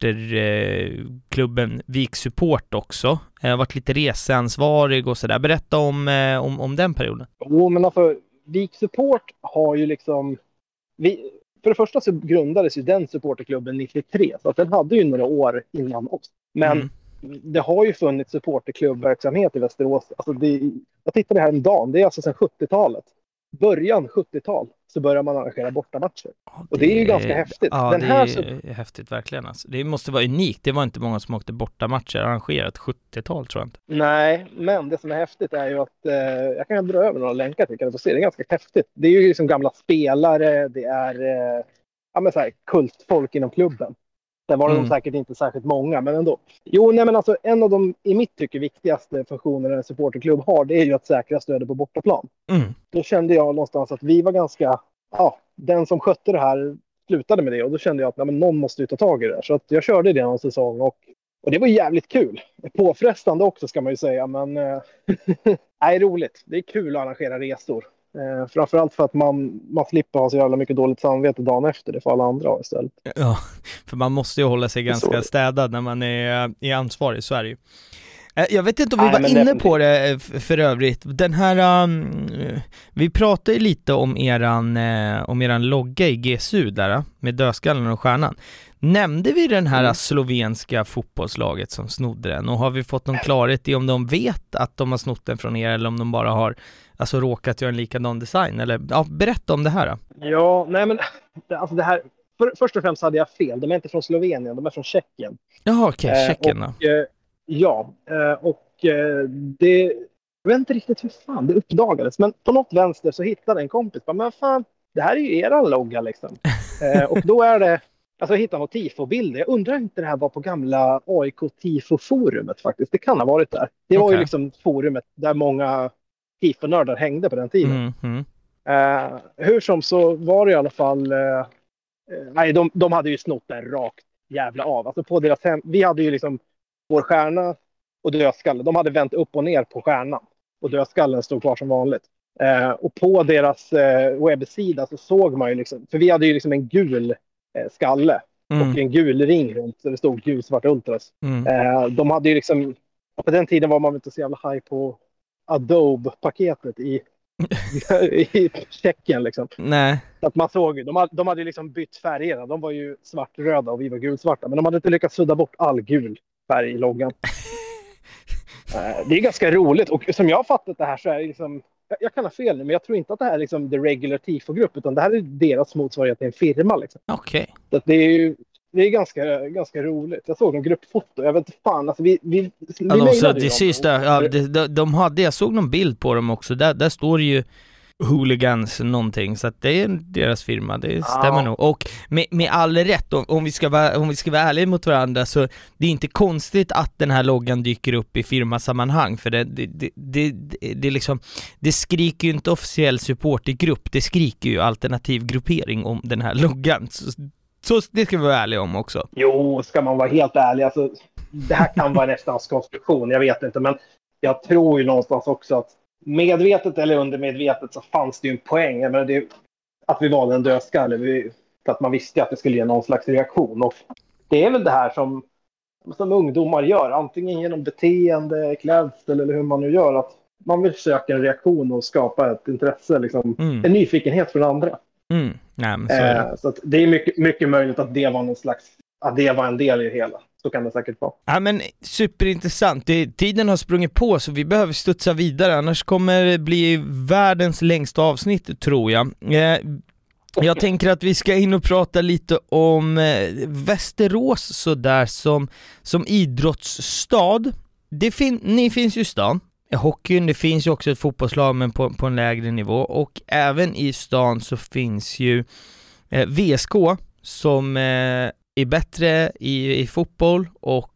supporterklubben eh, Vik Support också. Jag har varit lite reseansvarig och sådär. Berätta om, eh, om, om den perioden.
Jo, men alltså Vik Support har ju liksom vi För det första så grundades ju den supporterklubben nittiotre, så att den hade ju några år innan oss. Men mm. det har ju funnits supporterklubbverksamhet i Västerås. Alltså det, jag tittade här en dag, det är alltså sedan sjuttiotalet. Början sjuttiotal så börjar man arrangera bortamatcher. Ja, och det är ju ganska häftigt.
Ja,
den
det
här
är
så...
häftigt verkligen. Alltså. Det måste vara unikt. Det var inte många som åkte bortamatcher arrangerat sjuttiotal tror jag inte.
Nej, men det som är häftigt är ju att eh, jag kan dra över några länkar till, kan du få se. Det är ganska häftigt. Det är ju liksom gamla spelare, det är eh, ja, men så här, kultfolk inom klubben. Sen var det mm. säkert inte särskilt många, men ändå. Jo, nej men alltså en av de i mitt tycke viktigaste funktionerna en supporterklubb har, det är ju att säkra stödet på bortaplan.
Mm.
Då kände jag någonstans att vi var ganska, ja, den som skötte det här slutade med det, och då kände jag att nej, men någon måste ju ta tag i det. Så att jag körde det en säsong och, och det var jävligt kul. Påfrestande också ska man ju säga, men äh, nej, roligt. Det är kul att arrangera resor. Eh, framförallt för att man, man slipper ha så jävla mycket dåligt samvete dagen efter. Det får alla andra istället.
Ja, för man måste ju hålla sig ganska städad när man är, är ansvarig, så är det ju. Eh, jag vet inte om vi Nej, var inne definitivt. på det för övrigt. Den här, um, vi pratade ju lite om eran, uh, om eran logga i G S U där, med dödskallen och stjärnan. Nämnde vi den här mm. slovenska fotbollslaget som snodde den? Och har vi fått någon klarhet i om de vet att de har snott den från er eller om de bara har alltså råkat göra en likadan design? Eller, ja, berätta om det här då.
Ja, nej men alltså det här, för, först och främst hade jag fel. De är inte från Slovenien, de är från Tjeckien.
Jaha, okej, okay, Tjeckien
eh, då. Eh, ja, eh, och eh, det, jag vet inte riktigt hur fan det uppdagades. Men på något vänster så hittade en kompis, men fan, det här är ju eran logga liksom. eh, och då är det, alltså jag hittade några tifo-bilder. Jag undrar inte det här var på gamla A I K-tifo-forumet faktiskt. Det kan ha varit där. Det var okay. ju liksom forumet där många tifo-nördar hängde på den tiden.
Mm, mm.
Uh, hur som så var det i alla fall... Uh, uh, nej, de, de hade ju snott den rakt jävla av. Alltså på deras hem, vi hade ju liksom vår stjärna och dödskallen. De hade vänt upp och ner på stjärnan. Och dödskallen stod kvar som vanligt. Uh, och på deras uh, webbsida så såg man ju liksom... För vi hade ju liksom en gul uh, skalle. Mm. Och en gul ring runt. Så det stod gul svart ultras. Mm. Uh, de hade ju liksom... På den tiden var man inte så jävla high på Adobe-paketet i, i Tjeckien liksom.
Nej.
Så att man såg, de hade, de hade liksom bytt färgerna. De var ju svartröda och vi var gulsvarta. Men de hade inte lyckats sudda bort all gul färg i loggan. Det är ganska roligt. Och som jag har fattat det här så är det liksom... Jag, jag kan ha fel nu, men jag tror inte att det här är liksom the regular tifo-grupp. Utan det här är deras motsvarighet till en firma liksom.
Okej. Okay.
Så att det är ju... Det är ganska, ganska roligt. Jag såg en gruppfoto. Jag vet inte fan. Alltså vi, vi, vi
ja, de, så det sista, ja, de, de, de hade, jag såg någon bild på dem också. Där, där står ju Hooligans någonting. Så att det är deras firma. Det stämmer ja. nog. Och med, med all rätt, om, om, vi ska vara, om vi ska vara ärliga mot varandra, så det är inte konstigt att den här loggan dyker upp i firmasammanhang. För det, det, det, det, det, det, liksom, det skriker ju inte officiell support i grupp. Det skriker ju alternativ gruppering om den här loggan. Så, Så det ska vi vara ärliga om också.
Jo, ska man vara helt ärlig. Alltså, det här kan vara en efterhandskonstruktion, jag vet inte. Men jag tror ju någonstans också att medvetet eller undermedvetet så fanns det ju en poäng. Jag menar, det, att vi valde en dödskalle. Vi, för att man visste att det skulle ge någon slags reaktion. Och det är väl det här som, som ungdomar gör. Antingen genom beteende, klädsel eller hur man nu gör. Att man vill söka en reaktion och skapa ett intresse. Liksom, mm. En nyfikenhet från andra.
Mm. Nej, men så är det.
Eh, så att det är mycket, mycket möjligt att det var någon slags, att det var en del i det hela. Så kan det säkert vara.
Ja, men superintressant. Det, tiden har sprungit på så vi behöver studsa vidare. Annars kommer det bli världens längsta avsnitt, tror jag. Eh, jag tänker att vi ska in och prata lite om eh, Västerås så där som, som idrottsstad. Det fin- ni finns ju i stan. hockeyn, det finns ju också ett fotbollslag men på, på en lägre nivå, och även i stan så finns ju eh, V S K som eh, är bättre i, i fotboll och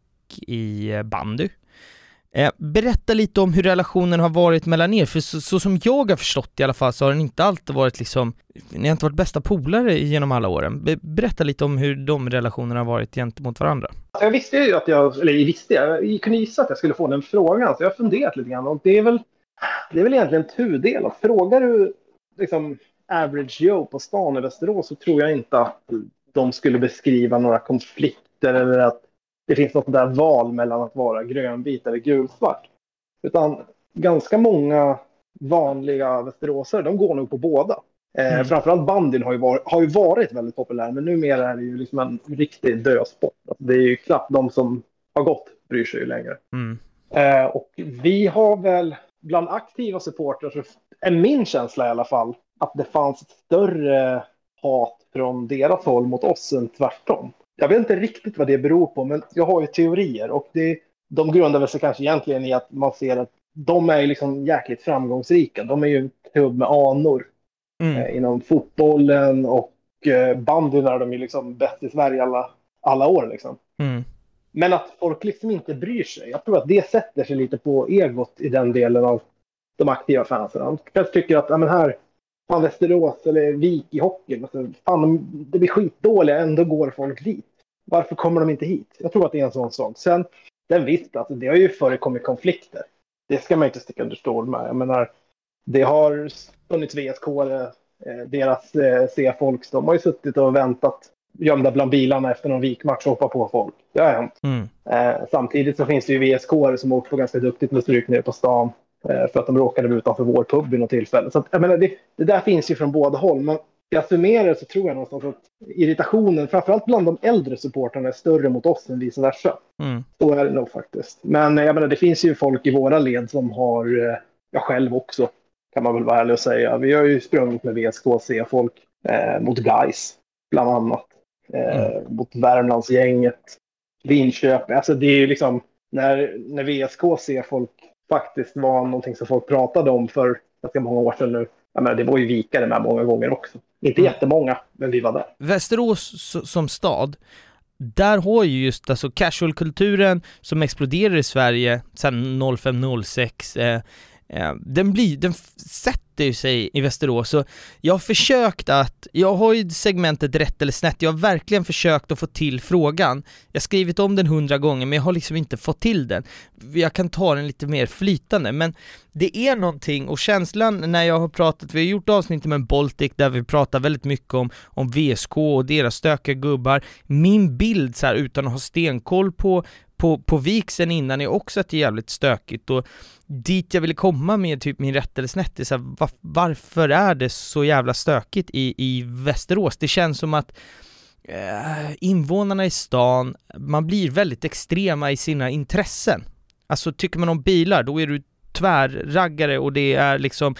i eh, bandy. Eh, berätta lite om hur relationen har varit mellan er, för så, så som jag har förstått i alla fall så har den inte alltid varit liksom, ni har inte varit bästa polare genom alla åren. Be- berätta lite om hur de relationerna har varit gentemot varandra.
Jag visste ju att jag, eller jag visste, jag kunde gissa att jag skulle få den frågan, så jag har funderat lite grann, och det är väl, det är väl egentligen tudelat. Frågar du liksom average Joe på stan i Västerås så tror jag inte att de skulle beskriva några konflikter eller att det finns något där val mellan att vara grönvit eller gulsvart. Utan ganska många vanliga västeråsare, de går nog på båda. Eh, mm. Framförallt bandyn har ju, varit, har ju varit väldigt populär, men numera är det ju liksom en riktig dödsport. Alltså det är ju knappt de som har gått bryr sig ju längre. Mm. Eh, och vi har väl bland aktiva supportrar, så är min känsla i alla fall, att det fanns ett större hat från deras håll mot oss än tvärtom. Jag vet inte riktigt vad det beror på, men jag har ju teorier, och det, de grundar väl sig kanske egentligen i att man ser att de är liksom jäkligt framgångsrika. De är ju en klubb med anor mm. eh, inom fotbollen, och eh, bandyn är de ju liksom bäst i Sverige alla, alla år liksom. Mm. Men att folk liksom inte bryr sig. Jag tror att det sätter sig lite på egot i den delen av de aktiva fansen. De kanske tycker att ja, men här, fan Västerås eller Vik i hockey, alltså, fan, det blir skitdåliga, ändå går folk dit. Varför kommer de inte hit? Jag tror att det är en sån sak. Sen, den visst, alltså, det har ju förekommit konflikter. Det ska man inte sticka under stol med. Jag menar, det har funnits V S K, eh, deras eh, C-folks, de har ju suttit och väntat gömda bland bilarna efter någon vikmatch och hoppa på folk. Det har hänt. Mm. Eh, samtidigt så finns det ju V S K som åkt på ganska duktigt med stryk nere på stan eh, för att de råkade utanför vår pub vid något tillfälle. Så att, jag menar, det, det där finns ju från båda håll, men jag summerar så tror jag någonstans att irritationen, framförallt bland de äldre supportarna, är större mot oss än vice versa. Mm. Så är det nog faktiskt. Men jag menar, det finns ju folk i våra led som har, jag själv också, kan man väl vara ärlig och säga. Vi har ju sprungit med V S K C-folk eh, mot Gais, bland annat. Eh, mm. Mot Värmlandsgänget, Linköping. Alltså det är ju liksom, när, när V S K C-folk faktiskt var någonting som folk pratade om för ganska många år sedan nu. Jag menar, det var ju vikare med många gånger också. Inte mm. jättemånga, men vi var där.
Västerås som stad, där har ju just alltså casual-kulturen som exploderar i Sverige sedan noll fem noll sex. Eh, eh, den, blir, den sätter ju sig i Västerås. Så jag har försökt att, jag har ju segmentet rätt eller snett. Jag har verkligen försökt att få till frågan. Jag har skrivit om den hundra gånger, men jag har liksom inte fått till den. Jag kan ta den lite mer flytande, men det är någonting, och känslan när jag har pratat, vi har gjort avsnitt med Baltic där vi pratar väldigt mycket om, om V S K och deras stökiga gubbar. Min bild så här, utan att ha stenkoll på, på, på Viksen innan, är också att det är jävligt stökigt, och dit jag ville komma med typ min rätt eller snett är så här, var, varför är det så jävla stökigt i, i Västerås? Det känns som att eh, invånarna i stan, man blir väldigt extrema i sina intressen. Alltså tycker man om bilar, då är du tvärraggare, och det är liksom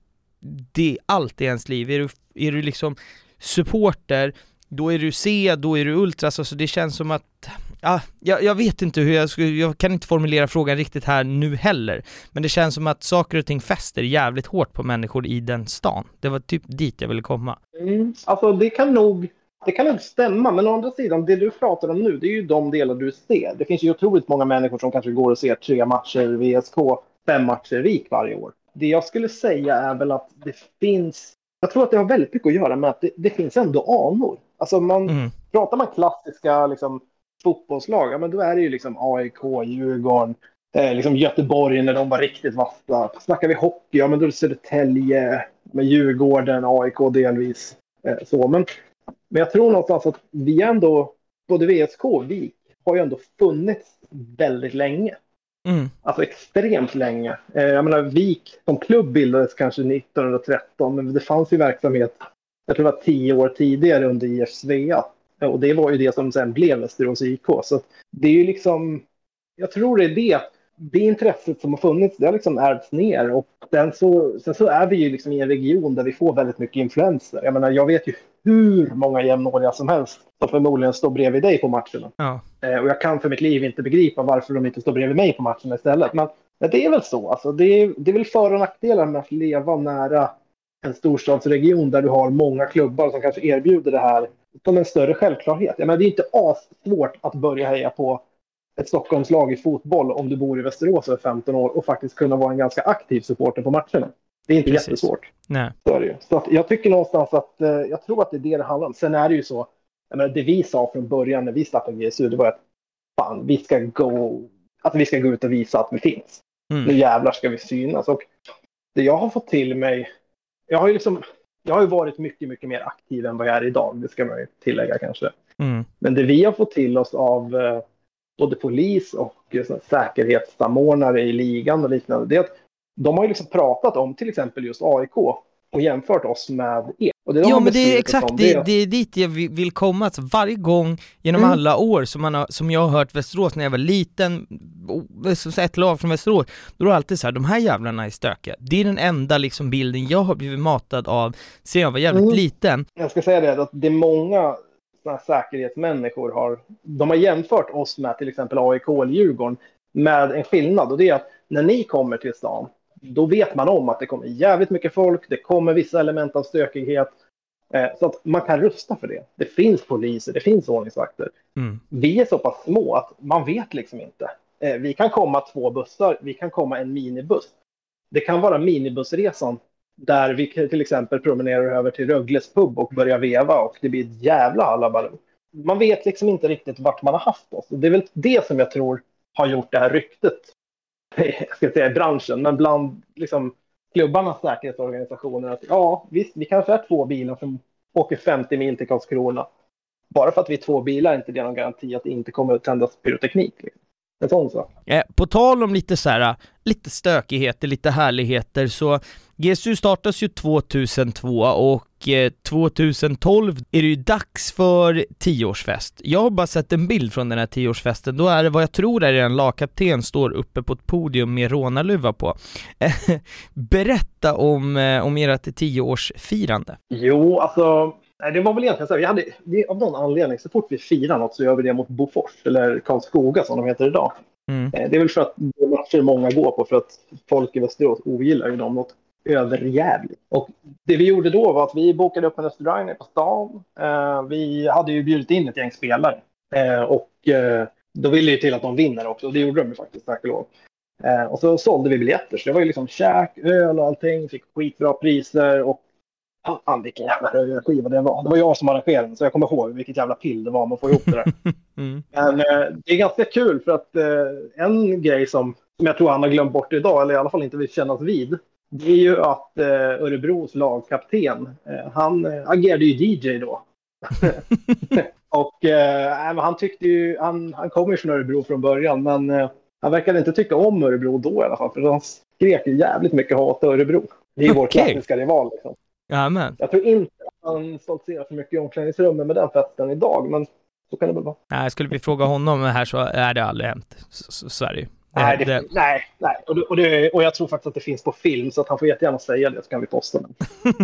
det är allt i ens liv. Är du, är du liksom supporter, då är du C, då är du ultras. Alltså det känns som att ja, jag, jag vet inte hur jag skulle, jag kan inte formulera frågan riktigt här nu heller, men det känns som att saker och ting fäster jävligt hårt på människor i den stan. Det var typ dit jag ville komma.
Mm, alltså det kan nog Det kan nog stämma, men å andra sidan, det du pratar om nu, det är ju de delar du ser. Det finns ju otroligt många människor som kanske går och ser tre matcher V S K, fem matcher Vik varje år. Det jag skulle säga är väl att det finns, jag tror att det har väldigt mycket att göra med att det, det finns ändå anor. Alltså man, mm. pratar man klassiska liksom, fotbollslag, ja, men då är det ju liksom A I K, Djurgården, eh, liksom Göteborg när de var riktigt vassa. Snackar vi hockey, ja men då är det Södertälje, med Djurgården, A I K delvis. Eh, så, men Men jag tror någonstans att vi ändå, både V S K och Vik, har ju ändå funnits väldigt länge. Mm. Alltså extremt länge. Eh, jag menar, Vik som klubb bildades kanske nittonhundratretton, men det fanns ju verksamhet, jag tror det var tio år tidigare under I F Svea. Och det var ju det som sen blev Västerås I K. Så det är ju liksom, jag tror det är det, det intresset som har funnits, det har liksom ärvts ner. Och sen så, sen så är vi ju liksom i en region där vi får väldigt mycket influenser. Jag menar, jag vet ju hur många jämnåriga som helst som förmodligen står bredvid dig på matcherna. Ja. Eh, och jag kan för mitt liv inte begripa varför de inte står bredvid mig på matcherna istället. Men Ja, det är väl så. Alltså, det, är, det är väl för- och nackdelar med att leva nära en storstadsregion där du har många klubbar som kanske erbjuder det här som en större självklarhet. Ja, men det är inte assvårt att börja heja på ett Stockholmslag i fotboll om du bor i Västerås över femton år och faktiskt kunna vara en ganska aktiv supporter på matcherna. Det är inte
Precis.
jättesvårt.
Nej.
Så är det ju. Så att jag tycker någonstans att eh, jag tror att det är det det handlar om. Sen är det ju så, jag menar, det vi sa från början när vi startade G S U, det var att fan, vi ska gå, att vi ska gå ut och visa att vi finns.
Mm.
Nu jävlar ska vi synas. Och det jag har fått till mig, jag har ju liksom, jag har ju varit mycket, mycket mer aktiv än vad jag är idag. Det ska man ju tillägga kanske.
Mm.
Men det vi har fått till oss av eh, både polis och eh, säkerhetssamordnare i ligan och liknande, det är att de har ju liksom pratat om till exempel just A I K och jämfört oss med er. Och det de
Ja,
har
men det är
beslutat
exakt
om,
det,
är att-
det är dit jag vi- vill komma. Alltså, varje gång genom
Mm.
alla år som, man har, som jag har hört Västerås när jag var liten, och så så ett lag från Västerås, då är det alltid så här, de här jävlarna är stökiga. Det är den enda liksom bilden jag har blivit matad av sen jag var jävligt
Mm.
liten.
Jag ska säga det, att det är många såna här säkerhetsmänniskor har, de har jämfört oss med till exempel A I K eller Djurgården med en skillnad, och det är att när ni kommer till stan, då vet man om att det kommer jävligt mycket folk, det kommer vissa element av stökighet, eh, så att man kan rusta för det. Det finns poliser, det finns ordningsvakter.
Mm.
Vi är så pass små att man vet liksom inte. Eh, vi kan komma två bussar, vi kan komma en minibuss. Det kan vara minibussresan där vi till exempel promenerar över till Rögles pub och börjar veva och det blir ett jävla halabaloo. Man vet liksom inte riktigt vart man har haft oss. Det är väl det som jag tror har gjort det här ryktet, jag ska säga i branschen, men bland liksom klubbarnas säkerhetsorganisationer, att ja, visst, vi kanske är två bilar som åker femtio mil till Karlskrona. Bara för att vi är två bilar är inte det någon garanti att det inte kommer att tändas pyroteknik. Liksom. En sån sak.
Eh, på tal om lite så här, lite stökigheter, lite härligheter, så G S U startas ju tjugohundratvå och eh, tjugotolv är det ju dags för tioårsfest. Jag har bara sett en bild från den här tioårsfesten. Då är det vad jag tror är en lagkapten står uppe på ett podium med rånarluva på. Berätta om, eh, om ert tioårsfirande.
Jo, alltså, nej, det var väl egentligen så här, vi hade, vi, av någon anledning, så fort vi firar något så gör vi det mot Bofors, eller Karlskoga som de heter idag.
Mm.
Eh, Det är väl för att det matcher många går på, för att folk i Västerås ogillar ju dem något överjävligt. Och det vi gjorde då var att vi bokade upp en restaurang på stan. Eh, vi hade ju bjudit in ett gäng spelare. Eh, och eh, då ville ju till att de vinner också, och det gjorde de ju faktiskt, tack och lov. Eh, och så sålde vi biljetter, så det var ju liksom käk, öl och allting, fick skitbra priser, och fan vilken jävla skiva det var. Det var jag som arrangerade, så jag kommer ihåg vilket jävla pill det var man får ihop det där.
Mm.
Men eh, det är ganska kul, för att eh, en grej som, som jag tror han har glömt bort idag, eller i alla fall inte vill kännas vid, det är ju att eh, Örebros lagkapten, eh, han eh, agerade ju D J då. Och eh, han tyckte ju, han, han kom ju från Örebro från början, men eh, han verkade inte tycka om Örebro då i alla fall, för han skrek ju jävligt mycket hat till Örebro. Det är ju vår
Okej.
klassiska rival liksom.
Jajamän.
Jag tror inte att han stoltserar för mycket i omklädningsrummet med den festen idag, men så kan det väl vara.
Nej, skulle vi fråga honom här så är det aldrig hänt. Så, så, så är det ju. Det,
Nej, det,
det,
nej, nej. Och, det, och, det, och jag tror faktiskt att det finns på film, så att han får jättegärna säga det, så kan vi posta den.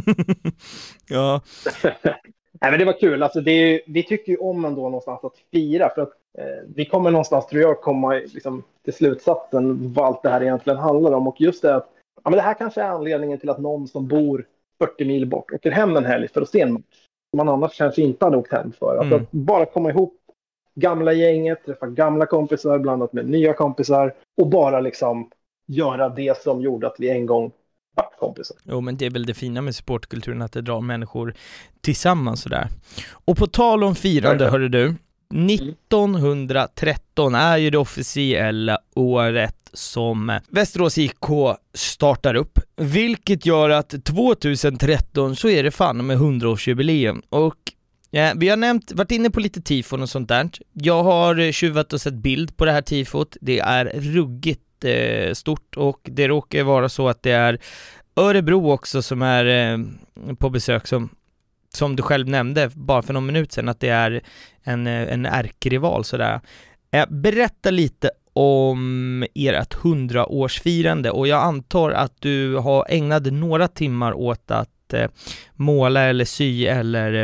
ja.
Nej, men det var kul. Alltså det, vi tycker ju om ändå någonstans att fira, för att eh, vi kommer någonstans, tror jag, komma liksom, till slutsatsen vad allt det här egentligen handlar om. Och just det att ja, men det här kanske är anledningen till att någon som bor fyrtio mil bort åker hem en helg för att se en match som man annars kanske inte hade åkt hem för. Alltså
Mm.
att bara komma ihop gamla gänget, träffa gamla kompisar blandat med nya kompisar och bara liksom göra det som gjorde att vi en gång var kompisar.
Jo, men det är väl det fina med supportkulturen, att det drar människor tillsammans sådär. Och på tal om firande, hörde du, nittonhundratretton är ju det officiella året som Västerås I K startar upp, vilket gör att tjugotretton så är det fan med hundraårsjubileum. Och ja, vi har nämnt, varit inne på lite tifon och sånt där. Jag har tjuvat och sett bild på det här tifot. Det är ruggigt eh, stort, och det råkar vara så att det är Örebro också som är eh, på besök, som som du själv nämnde bara för någon minut sedan, att det är en, en ärkerival sådär. Eh, berätta lite om ert hundraårsfirande, och jag antar att du har ägnat några timmar åt att eh, måla eller sy eller eh,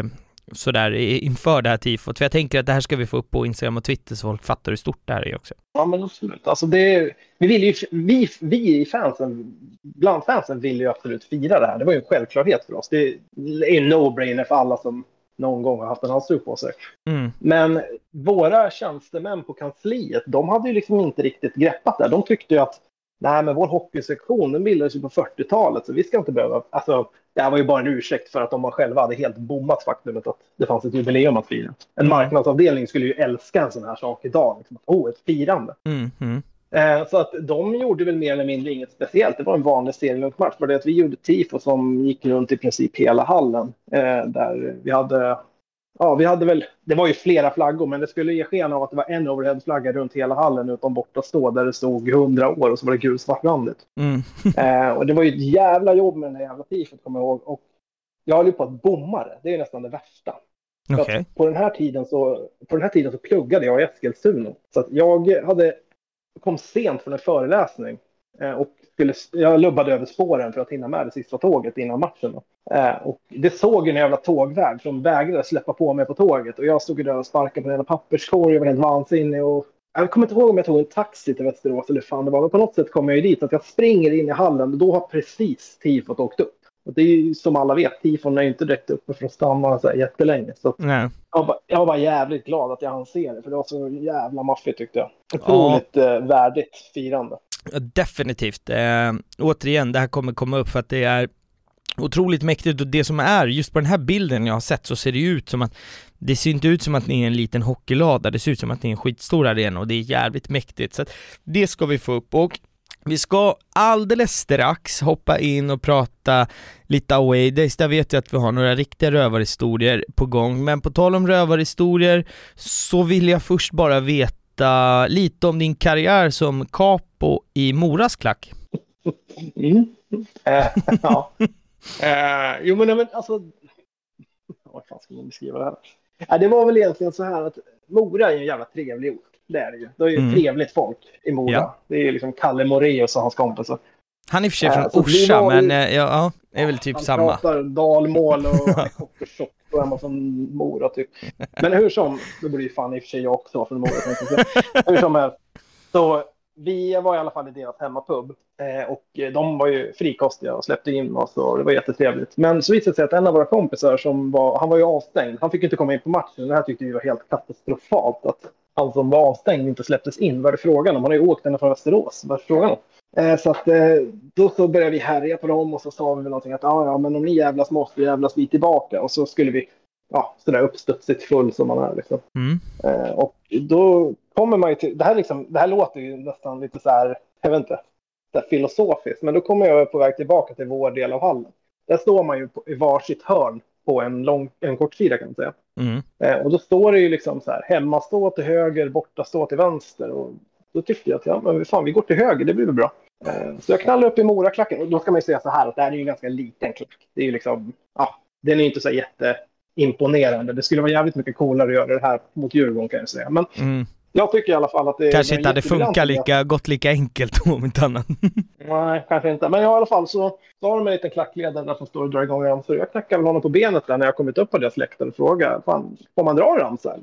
sådär inför det här tifot. För jag tänker att det här ska vi få upp på Instagram och Twitter så folk fattar hur stort det här är också.
Ja, men absolut. Alltså det, vi, vill ju, vi, vi i fansen, bland fansen vill ju absolut fira det här. Det var ju en självklarhet för oss. Det är en no-brainer för alla som någon gång har haft en halsduk på sig.
Mm.
Men våra tjänstemän på kansliet, de hade ju liksom inte riktigt greppat det. De tyckte ju att nej, men vår hockeysektion, den bildades ju på fyrtiotalet, så vi ska inte behöva... Alltså, det här var ju bara en ursäkt för att de själva hade helt bommat faktumet att det fanns ett jubileum att fira. En marknadsavdelning skulle ju älska en sån här sak idag. Liksom. Oh, ett firande.
Mm, mm.
Eh, så att de gjorde väl mer eller mindre inget speciellt. Det var en vanlig serielunchmatch. För det att vi gjorde tifo som gick runt i princip hela hallen. Eh, där vi hade... Ja, vi hade väl... Det var ju flera flaggor, men det skulle ge sken av att det var en overheadflagga runt hela hallen utom borta stå där det stod hundra år och så var det gulsvartrandigt.
Mm.
eh, och det var ju ett jävla jobb med den här jävla tifot, kommer jag ihåg. Och jag höll ju på att bomma det. Det är nästan det värsta.
Okay.
På den här tiden så på den här tiden så pluggade jag i Eskilstuna. Så att jag hade kom sent från en föreläsning eh, och skulle, jag lubbade över spåren för att hinna med det sista tåget innan matchen. Eh, och det såg en jävla tågvärd som vägrade släppa på mig på tåget. Och jag stod där och sparkade på den papperskorg. Jag var helt vansinnig. Och jag kommer inte ihåg om jag tog en taxi till Västerås eller fan det var. Men på något sätt kom jag ju dit. Att jag springer in i hallen och då har precis tifot åkt upp. Och det är ju som alla vet, tifon är inte direkt uppe för att stanna så här jättelänge. Så
Nej.
Jag, var, jag var bara jävligt glad att jag hann se det. För det var så jävla maffigt tyckte jag. Otroligt ja. eh, värdigt firande.
Ja, definitivt. Eh, återigen, det här kommer komma upp för att det är otroligt mäktigt. Och det som är, just på den här bilden jag har sett så ser det ut som att det ser inte ut som att ni är en liten hockeylada. Det ser ut som att ni är en skitstor arena och det är jävligt mäktigt. Så att det ska vi få upp. Och vi ska alldeles strax hoppa in och prata lite away days. Där vet jag att vi har några riktiga rövarhistorier på gång. Men på tal om rövarhistorier så vill jag först bara veta lite om din karriär som capo i Moras klack.
Mm. äh, ja. äh, jo men, men alltså... Vad fan ska man beskriva det här? Äh, det var väl egentligen så här att Mora är en jävla trevlig ort. Det är det ju. Det är ju mm. trevligt folk i Mora. Ja. Det är ju liksom Kalle Moraeus och hans kompisar.
Han är i och för sig från äh, Orsa, var, men ja, ja, det är väl typ
han
samma.
Han pratar dalmål och kockers och hemma från Mora typ. Men hur som, det blir ju fan i och för sig jag också från Mora. Hur som helst. Så vi var i alla fall i deras hemmapub. Eh, och de var ju frikostiga och släppte in oss och det var jättetrevligt. Men så visade det sig att en av våra kompisar som var, han var ju avstängd. Han fick inte komma in på matchen. Det här tyckte vi var helt katastrofalt att han som var avstängd inte släpptes in. Vad är det frågan om? Han har ju åkt ända från Västerås. Vad är det frågan om? Eh, så att eh, då så började vi härja på dem och så sa vi väl någonting att ah, ja men om ni jävlas måste vi jävlas vi tillbaka. Och så skulle vi, ja sådär uppstudsigt full som man är liksom.
Mm.
Eh, och då kommer man ju till, det här liksom, det här låter ju nästan lite så här, jag vet inte, så här filosofiskt. Men då kommer jag på väg tillbaka till vår del av hallen. Där står man ju på, i varsitt hörn på en lång, en kort sida kan man säga.
Mm.
Eh, och då står det ju liksom så här, hemma stå till höger, borta stå till vänster. Och då tyckte jag att ja, men fan, vi går till höger, det blir väl bra. Eh, så jag knallar upp i Moraklacken. Och då ska man ju säga så här, att det här är ju en ganska liten klack. Det är ju liksom, ja, den är inte så jätteimponerande. Det skulle vara jävligt mycket coolare att göra det här mot Djurgården kan jag säga. Men
mm.
jag tycker i alla fall att det
kanske inte hade funkat lika, gått lika enkelt om inte annat.
Nej, kanske inte. Men i alla fall så var de en liten klackledare där som står och drar igång ramsor. Jag knackade väl honom på benet där när jag kommit upp på deras läktare och frågade, fan, får man dra ramsor?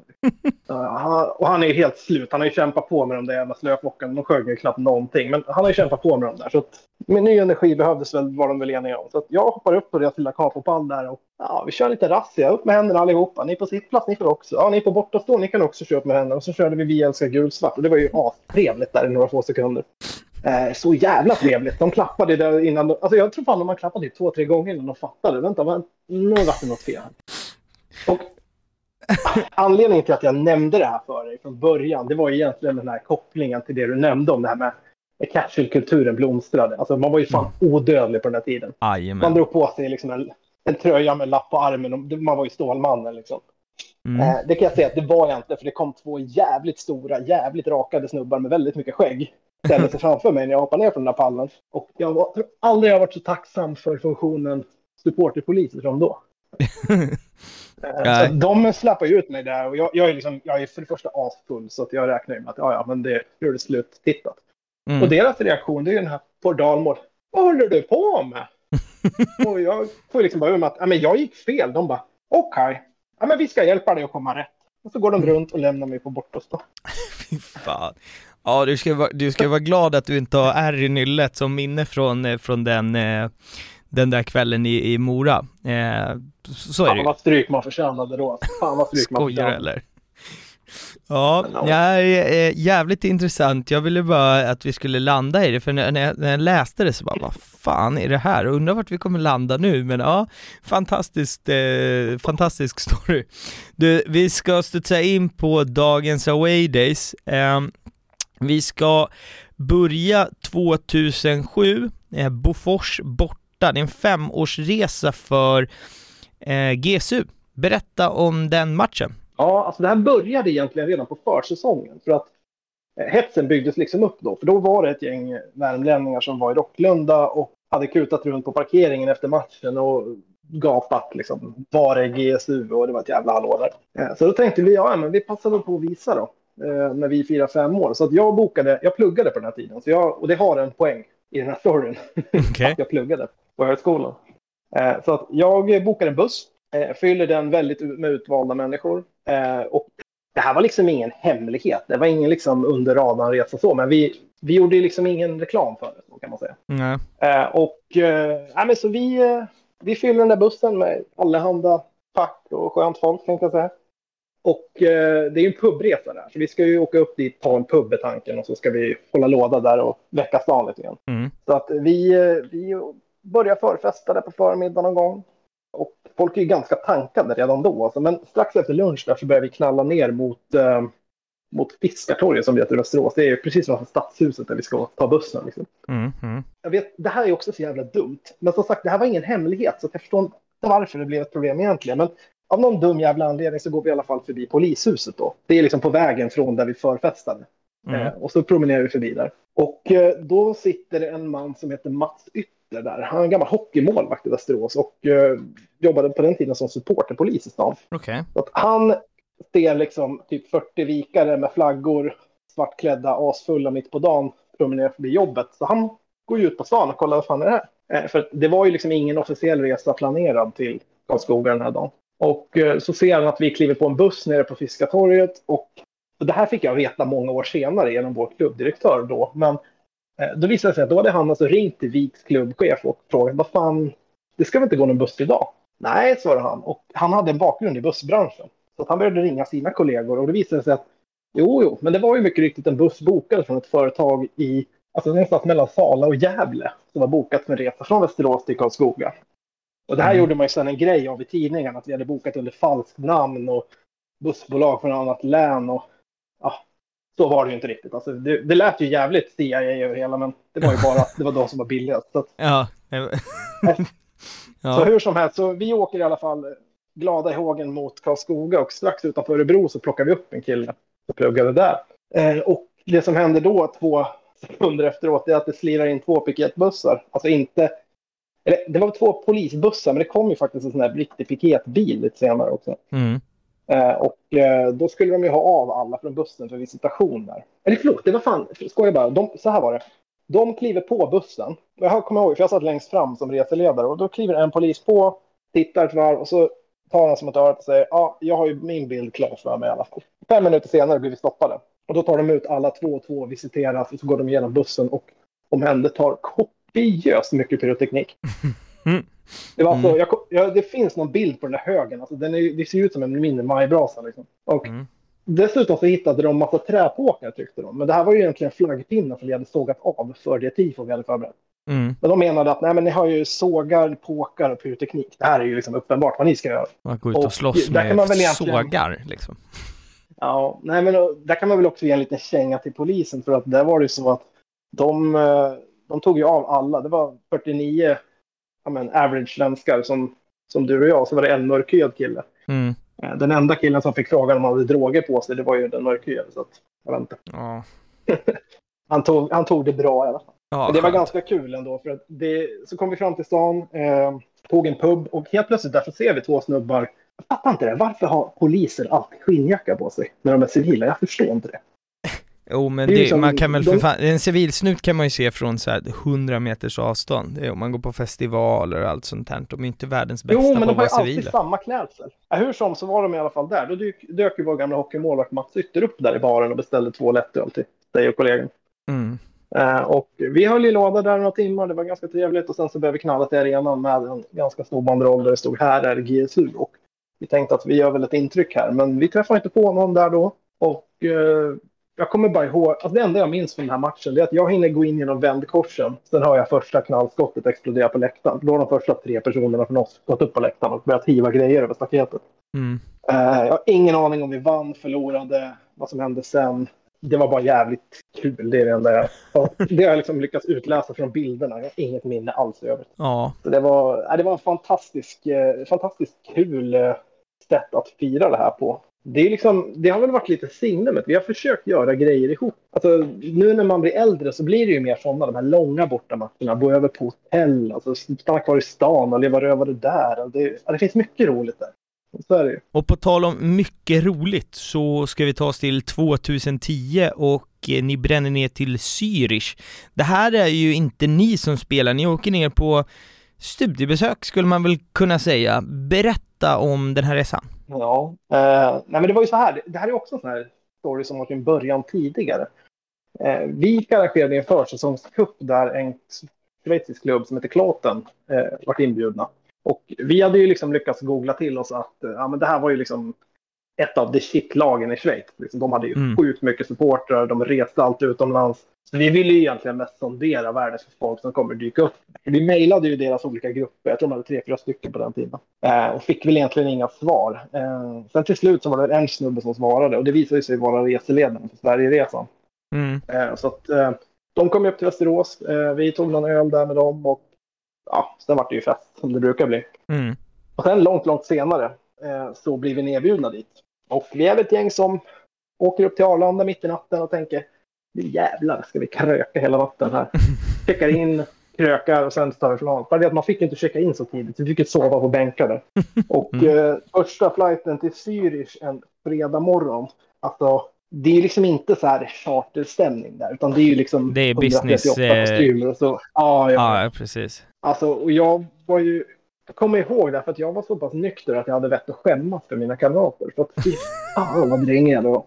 uh, och han är ju helt slut. Han har ju kämpat på med de där jävla slöflockarna. De sjöng ju knappt någonting. Men han har ju kämpat på med dem där. Så att med ny energi behövdes väl, var de väl eniga om. Så att jag hoppar upp på deras lilla kapopall där och ja, vi kör lite razzia. Upp med händerna allihopa. Ni på sitt plats, ni får också. Ja, ni på bortastå, ni kan också köra upp med händerna. Och så körde vi Vi älskar gulsvart. Och det var ju astrevligt där i några få sekunder. Eh, så jävla trevligt. De klappade där innan. Alltså jag tror fan de har klappat typ två, tre gånger innan de fattade. Vänta, men nu var det något fel. Och anledningen till att jag nämnde det här för dig från början, det var egentligen den här kopplingen till det du nämnde om det här med casual-kulturen blomstrade. Alltså man var ju fan odödlig på den här tiden.
Ajamän.
Man drog på sig liksom en, en tröja med lapp på armen och man var ju stålmannen liksom. Mm. Eh, det kan jag säga att det var jag inte, för det kom två jävligt stora, jävligt rakade snubbar med väldigt mycket skägg. Ställde sig framför mig när jag hoppade ner från den där pallen. Och jag var, tror aldrig jag varit så tacksam för funktionen supporterpoliser som då. eh, så de släppar ju ut mig där och jag, jag, är liksom, jag är för det första asfull så att jag räknar med att ja, ja, men det gör det slut tittat. Mm. Och deras reaktion, det är ju den här på dalmål. Vad håller du på med? Och jag får liksom bara med att ja, men jag gick fel. De bara, okej. Okay. ja, men vi ska hjälpa dig att komma rätt. Och så går de runt och lämnar mig på bortostå.
Fy fan. Ja, du ska, vara, du ska vara glad att du inte har ärr i nyllet som minne från, från den, den där kvällen i, i Mora. Eh, så är
Fan
det ju.
vad stryk man förtjänade då. Fan vad stryk man
Skojar
förtjänade.
eller? Ja, ja, jävligt intressant. Jag ville bara att vi skulle landa i det, för när jag, när jag läste det så bara, vad fan är det här? Och undrar vart vi kommer landa nu, men ja, fantastiskt, eh, fantastisk story. Du, vi ska studsa in på dagens away days. Eh, vi ska börja tvåtusensju, eh, Bofors borta. Det är en femårsresa för eh, G S U. Berätta om den matchen.
Ja, alltså det här började egentligen redan på försäsongen. För att eh, hetsen byggdes liksom upp då. För då var det ett gäng värmlänningar som var i Rocklunda och hade kutat runt på parkeringen efter matchen och gapat liksom, var är G S U? Och det var ett jävla hallå där. Eh, så då tänkte vi, ja men vi passade på att visa då. Eh, när vi firar fem år. Så att jag bokade, jag pluggade på den här tiden. Så jag, och det har en poäng i den här storyn.
Okay.
Att jag pluggade på högskolan. Eh, så att jag bokade en buss. Eh, fyller den väldigt med utvalda människor. Eh, och det här var liksom ingen hemlighet. Det var ingen liksom under radarn resa så. Men vi, vi gjorde liksom ingen reklam för det, så kan man säga.
Mm.
Eh, och eh, men så vi, eh, vi fyller den där bussen med allehanda pack och skönt folk, tänkte jag säga. Och eh, det är ju en pubresa där. Så vi ska ju åka upp dit, ta en pub i tanken. Och så ska vi hålla låda där och väcka stan lite igen.
Mm.
Så att vi, eh, vi börjar förfesta där på förmiddagen någon gång. Och folk är ju ganska tankade redan då. Alltså. Men strax efter lunch där så börjar vi knalla ner mot, eh, mot Fiskartorget som det heter i Västerås. Det är ju precis som stadshuset där vi ska ta bussen. Liksom.
Mm. Mm.
Jag vet, det här är också så jävla dumt. Men som sagt, det här var ingen hemlighet. Så jag förstår inte varför det blev ett problem egentligen. Men av någon dum jävla anledning så går vi i alla fall förbi polishuset då. Det är liksom på vägen från där vi förfestade.
Mm.
Eh, och så promenerar vi förbi där. Och eh, då sitter det en man som heter Mats Ytter där. Han är en gammal hockeymålvakt i Västerås. Och eh, jobbade på den tiden som supporterpolis i stan.
Okay.
Så att han ser liksom typ fyrtio vikare med flaggor, svartklädda, asfulla mitt på dagen, promenerar förbi jobbet. Så han går ju ut på stan och kollar vad fan är det här. Eh, för det var ju liksom ingen officiell resa planerad till Karlskoga den här dagen. Och eh, så ser han att vi kliver på en buss nere på Fiskartorget. Och, och det här fick jag veta många år senare genom vår klubbdirektör då. Men eh, då visade det sig att då hade han alltså ringt till Viks klubbchef och frågat, vad fan, det ska väl inte gå någon buss idag? Nej, svarade han. Och han hade en bakgrund i bussbranschen. Så att han började ringa sina kollegor och det visade sig att jo, jo, men det var ju mycket riktigt en buss bokad från ett företag i, alltså någonstans mellan Sala och Gävle som var bokat för en resa från Västerås till Karlskoga. Och det här mm. gjorde man ju sedan en grej av i tidningen, att vi hade bokat under falskt namn och bussbolag från ett annat län och ja, så var det ju inte riktigt. Alltså, det, det lät ju jävligt C I A över hela, men det var ju bara, det var de som var billigast. Så att,
ja.
ja. Så hur som helst, så vi åker i alla fall glada i hågen mot Karlskoga och strax utanför Örebro så plockar vi upp en kille som pluggade där. Eh, och det som händer då två sekunder efteråt är att det slirar in två piketbussar. Alltså inte, eller det var två polisbussar, men det kom ju faktiskt en sån här riktig piketbil lite senare också. Mm. Eh, och eh, då skulle de ju ha av alla från bussen för visitation där. Eller förlåt, det var fan, skojar bara, de, så här var det. De kliver på bussen. Jag kommer ihåg, för jag satt längst fram som reseledare och då kliver en polis på, tittar ett varv och så tar han som ett örat och säger, ja, jag har ju min bild klar för mig i alla fall. Fem minuter senare blir vi stoppade. Och då tar de ut alla två och två, visiteras och så går de igenom bussen och omhändertar kopiöst mycket pyroteknik. Mm. Det, var alltså, jag, jag, det finns någon bild på den där högen. Alltså, den är, det ser ut som en mindre majbrasa. Liksom. Och mm. dessutom så hittade de massa träpåkar, tyckte de. Men det här var ju egentligen flaggpinnar som vi hade sågat av för det tifo vi hade förberett. Mm. Men de menade att nej, men ni har ju sågar, påkar och pyroteknik. Det här är ju liksom uppenbart vad ni ska göra.
Man går ut och, och slåss med kan man väl egentligen... sågar liksom.
Ja, nej men då, där kan man väl också ge en liten känga till polisen. För att där var det ju så att de, de tog ju av alla. Det var fyrtionio ja, men, average svenskar som, som du och jag. Så var det en mörkhyad kille. Mm. Den enda killen som fick frågan om han hade droger på sig, det var ju den mörkhyade. Så att, jag vet inte. Ja. han, tog, han tog det bra i alla fall. Ja, det var ganska kul ändå, för att det, så kom vi fram till stan, eh, tog en pub och helt plötsligt där så ser vi två snubbar. Jag fattar inte det. Varför har poliser alltid skinnjacka på sig när de är civila? Jag förstår inte det.
Jo, men
Det är
det,
liksom-
man kan väl
de-
för fan, en civilsnut kan man ju se från så här hundra meters avstånd. Det är om man går på festivaler och allt sånt här. De är inte världens bästa
Jo, men
på
de
att
har ju
vara
alltid
civila.
samma klädsel. Ja, hur som så var de i alla fall där. Då dök, dök ju vår gamla hockeymålvakt Mats Ytter upp där i baren och beställde två lättöl till dig och kollegan.
Mm.
Eh, och vi höll i låda där några timmar, det var ganska trevligt. Och sen så började vi knalla till arenan med en ganska stor banderoll där det stod här är G S U. Och vi tänkte att vi gör väl ett intryck här. Men vi träffade inte på någon där då. Och eh, jag kommer bara ihåg, alltså det enda jag minns från den här matchen det är att jag hinner gå in genom vändkorsen. Sen hör jag första knallskottet explodera på läktaren. Då har de första tre personerna från oss gått upp på läktaren och börjat hiva grejer över staketet.
Mm.
Eh, jag har ingen aning om vi vann, förlorade, vad som hände sen. Det var bara jävligt kul, det är det enda jag... Det har jag liksom lyckats utläsa från bilderna. Jag har inget minne alls över.
Ja.
Så det var, nej, det var en fantastisk, eh, fantastiskt kul eh, sätt att fira det här på. Det, är liksom, det har väl varit lite signumet. Vi har försökt göra grejer ihop. Alltså, nu när man blir äldre så blir det ju mer sådana, de här långa bortamatcherna. Bo över på hotell, alltså, stanna kvar i stan och leva rövare där. Det, ja, det finns mycket roligt där. Så är det ju.
Och på tal om mycket roligt så ska vi ta oss till tjugohundratio och eh, ni bränner ner till Zürich. Det här är ju inte ni som spelar, ni åker ner på studiebesök skulle man väl kunna säga. Berätta om den här resan.
Ja, eh, nej men det var ju så här. Det här är också en sån här story som var sin början tidigare. Eh, vi arrangerade en försäsongscup där en schweizisk klubb som heter Kloten eh, vart inbjudna. Och vi hade ju liksom lyckats googla till oss att eh, ja, men det här var ju liksom ett av de shitlagen i Schweiz. Liksom, de hade ju
Mm.
sjukt mycket supportrar, de reste allt utomlands. Så vi ville ju egentligen mest sondera världens folk som kommer dyka upp. Vi mejlade ju deras olika grupper, jag tror de hade tre, fyra stycken på den tiden. Eh, och fick väl egentligen inga svar. Eh, sen till slut så var det en snubbe som svarade och det visade sig vara reseledaren för Sverigeresan.
Mm.
Eh, så att eh, de kom upp till Västerås, eh, vi tog någon öl där med dem och ja, sen var det ju fest som det brukar bli.
Mm.
Och sen långt, långt senare eh, så blir vi nedbjudna dit. Och vi är ett gäng som åker upp till Arlanda mitt i natten och tänker nu jävlar ska vi kröka hela natten här. Checkar in, krökar och sen tar vi från. Bara det att man fick inte checka in så tidigt. Vi fick inte sova på bänkar där. Och
Mm.
eh, första flighten till Zürich en fredag morgon. Alltså det är ju liksom inte så här charterstämning där. Utan det är ju liksom
Det är business,
hundratrettioåtta
eh,
kostymer och så. Ja, ja.
Ja, precis.
Alltså, och jag var ju... Jag kommer ihåg det för att jag var så pass nykter att jag hade vett att skämmas för mina kamrater. För att fy fan vad drängig jag var.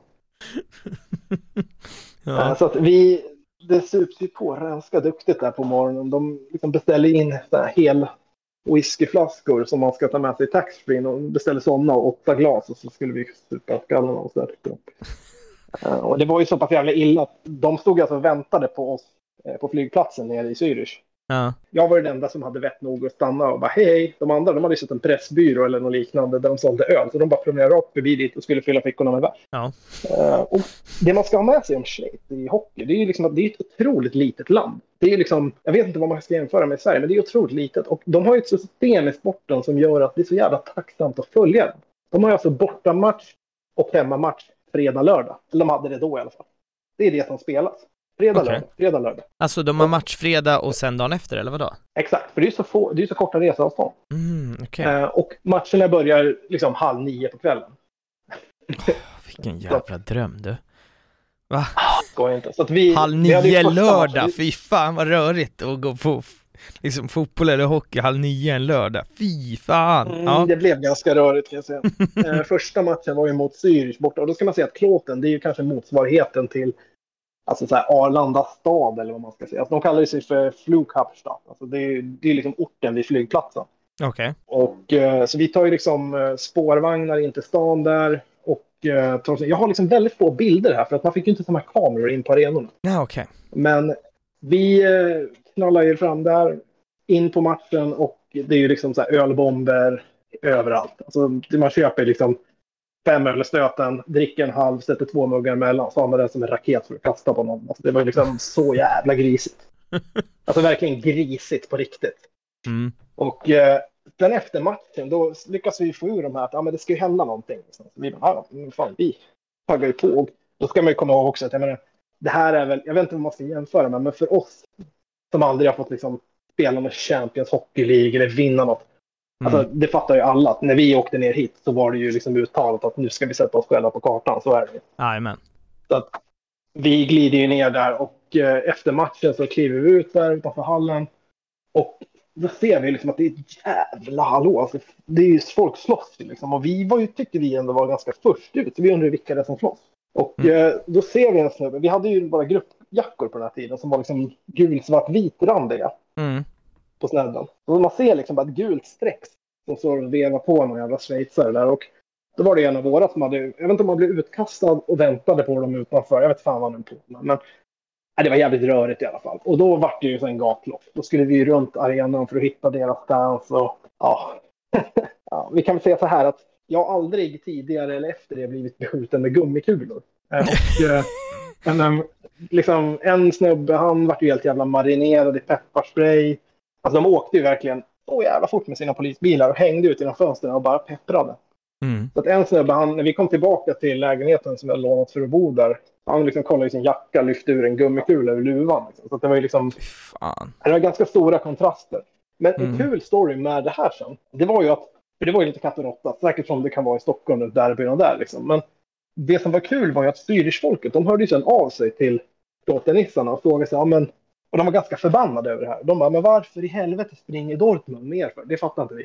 Ja.
Så att vi... Det sups ju på ganska duktigt där på morgonen. De liksom beställer in så här hel whiskyflaskor som man ska ta med sig i taxfree. Och beställer sådana och åtta glas och så skulle vi supa skallarna och så där. Och det var ju så pass jävla illa att de stod alltså och väntade på oss på flygplatsen nere i Zürich.
Ja.
Jag var den enda som hade vett nog att stanna och bara hej, hej. De andra de hade ju sett en pressbyrå eller något liknande där de sålde öl. Så de bara promenerade rakt förbi dit och skulle fylla fickorna med bärs.
Ja.
Uh, och det man ska ha med sig om Schweiz i hockey, det är ju liksom att det är ett otroligt litet land. Det är ju liksom, jag vet inte vad man ska jämföra med Sverige, men det är otroligt litet. Och de har ju ett system i sporten som gör att det är så jävla tacksamt att följa den. De har ju alltså bortamatch och hemmamatch fredag, lördag. Eller de hade det då i alla fall. Det är det som spelas. Fredag,
Okej.
lördag, fredag, lördag.
Alltså de har match fredag och sen dagen efter, eller vadå?
Exakt, för det är så, få, det är så korta reseavstånd.
Mm, okej.
Eh, och matcherna börjar liksom halv nio på kvällen.
Vilken jävla dröm du. Va?
Går inte. Så att vi,
Halv
vi hade ju
nio
första
lördag,
matchen.
fy fan vad rörigt att gå på f- liksom fotboll eller hockey halv nio en lördag. Fy fan.
Mm,
Ja.
Det blev ganska rörigt kan jag säga. eh, första matchen var ju mot Zürich borta. Och då ska man säga att Kloten, det är ju kanske motsvarigheten till alltså så här Arlanda stad eller vad man ska säga. Alltså, de kallar det sig för Flughauptstadt. Alltså det är det är liksom orten vid flygplatsen.
Okej.
Och eh, så vi tar ju liksom eh, spårvagnar in till stan där. Och eh, tar, jag har liksom väldigt få bilder här för att man fick ju inte samma kameror in på arenorna.
Ja, okej.
Men vi eh, knallar ju fram där in på matchen och det är ju liksom så här ölbomber överallt. Alltså det man köper liksom fem öl i stöten, dricker en halv, sätter två muggar emellan, så har man den som en raket för att kasta på någon. Alltså det var ju liksom så jävla grisigt. Alltså verkligen grisigt på riktigt.
Mm.
Och eh, sen efter matchen då lyckas vi få ur de här att ah, men det ska ju hända någonting. Så vi bara, ah, men fan, vi taggar ju på. Och då ska man ju komma ihåg också att jag menar, det här är väl, jag vet inte vad man ska jämföra med, men för oss som aldrig har fått liksom spela med Champions Hockey League eller vinna något.
Mm.
Alltså, det fattar ju alla att när vi åkte ner hit så var det ju liksom uttalat att nu ska vi sätta oss själva på kartan, så är det.
Jajamän.
Så att vi glider ju ner där och eh, efter matchen så kliver vi ut där utanför hallen. Och då ser vi liksom att det är ett jävla hallå. Alltså, det är ju folk slåss liksom. Och vi var ju, tyckte vi ändå var ganska först ut. Vi undrade vilka det är som slåss. Och mm. eh, då ser vi en snubbe. Vi hade ju bara gruppjackor på den här tiden som var liksom gul, svart, vitrandiga.
Mm.
På snedden. Och man ser liksom bara ett gult streck som står och vevar på någon jävla schweizare där. Och då var det en av våra som hade, jag vet inte om man blev utkastad och väntade på dem utanför. Jag vet fan vad de på. Men nej, det var jävligt rörigt i alla fall. Och då var det ju så en gatlopp. Då skulle vi ju runt arenan för att hitta deras stans. Och ja. ja, vi kan väl säga så här att jag har aldrig tidigare eller efter det blivit beskjuten med gummikulor. Och eh, en, en, liksom, en snubbe, han var ju helt jävla marinerad i pepparspray. Alltså de åkte ju verkligen så jävla fort med sina polisbilar och hängde ut genom fönstren och bara pepprade.
Mm.
Så att en snubbe, han, när vi kom tillbaka till lägenheten som jag lånat för att bo där, han liksom kollade i sin jacka, lyfte ur en gummikula ur luvan. Liksom. Så att det var ju liksom,
fan.
Det var ganska stora kontraster. Men
Mm.
en kul story med det här sen, det var ju att, för det var ju lite katt och råtta, säkert som det kan vara i Stockholm och derbyn och där liksom. Men det som var kul var ju att Zürich-folket, de hörde ju sen av sig till Dortmundisarna och frågade sig, ja men, och de var ganska förbannade över det här. De bara, men varför i helvete springer Dortmund mer för? Det fattar inte vi.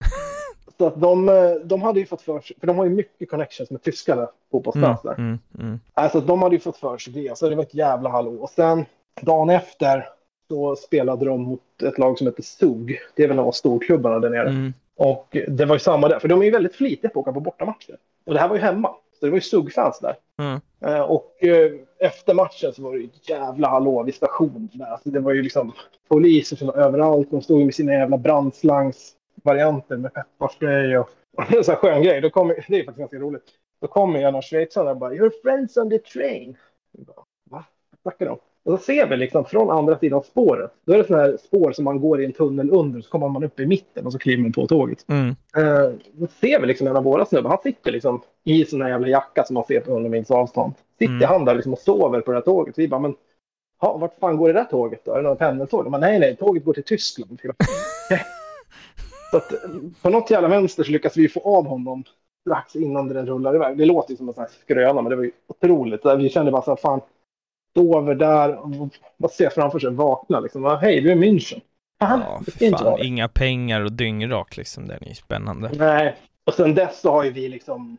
Så att de, de hade ju fått för sig, för de har ju mycket connections med tyskarna fotbollsfans där.
Mm, mm, mm.
Alltså de hade ju fått för sig det, så det var ett jävla hallå. Och sen dagen efter så spelade de mot ett lag som heter Zug. Det är väl några storklubbarna där nere. Mm. Och det var ju samma där, för de är ju väldigt flitiga på att åka på bortamatcher. Och det här var ju hemma, så det var ju Zug-fans där. Mm. Uh, och uh, efter matchen så var det ju ett jävla hallå vid stationen där. Alltså, det var ju liksom poliser som var överallt, de stod med sina jävla brandslangs varianter med pepparspray och, och det är en sån här skön grej. Då kommer, det är faktiskt ganska roligt. Då kommer en av schweizarna och bara, your friends on the train. Bara, va? Vad snackar de? Och så ser vi liksom från andra sidan spåret. Då är det sån här spår som man går i en tunnel under, så kommer man upp i mitten och så kliver man på tåget. Mm. Uh, då ser vi liksom en av våra snubbar. Han sitter liksom i sån här jävla jacka som man ser på hundra mils avstånd. Sitter mm. han där liksom och sover på det här tåget. Vi bara, men ha, vart fan går det där tåget då? Är det någon pendeltåg? Men nej, nej, tåget går till Tyskland. Så att på något jävla vänster så lyckas vi få av honom strax innan den rullar iväg. Det låter ju som en sån här skröna, men det var ju otroligt. Vi kände bara så här, fan, stå över där och bara se framför sig vakna liksom. Hej, du är München.
Ja, fan, inga pengar och dyngrak liksom. Det är ju spännande.
Nej, och sen dess så har ju vi liksom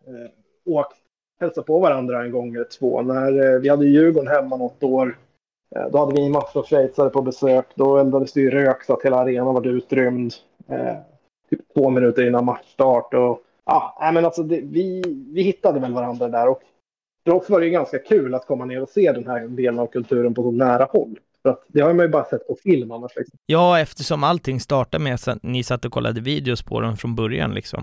eh, åkt, hälsat på varandra en gång eller två. När eh, vi hade Djurgården hemma något år, eh, då hade vi en massa schweizare på besök. Då eldades det ju rök så att hela arenan var utrymd. Eh, typ två minuter innan matchstart. Och ja, nej, men alltså det, vi, vi hittade väl varandra där. Och det också var det ju ganska kul att komma ner och se den här delen av kulturen på så nära håll. För att det har man ju bara sett på film annars. Liksom.
Ja, eftersom allting startade med att ni satt och kollade videos på dem från början liksom.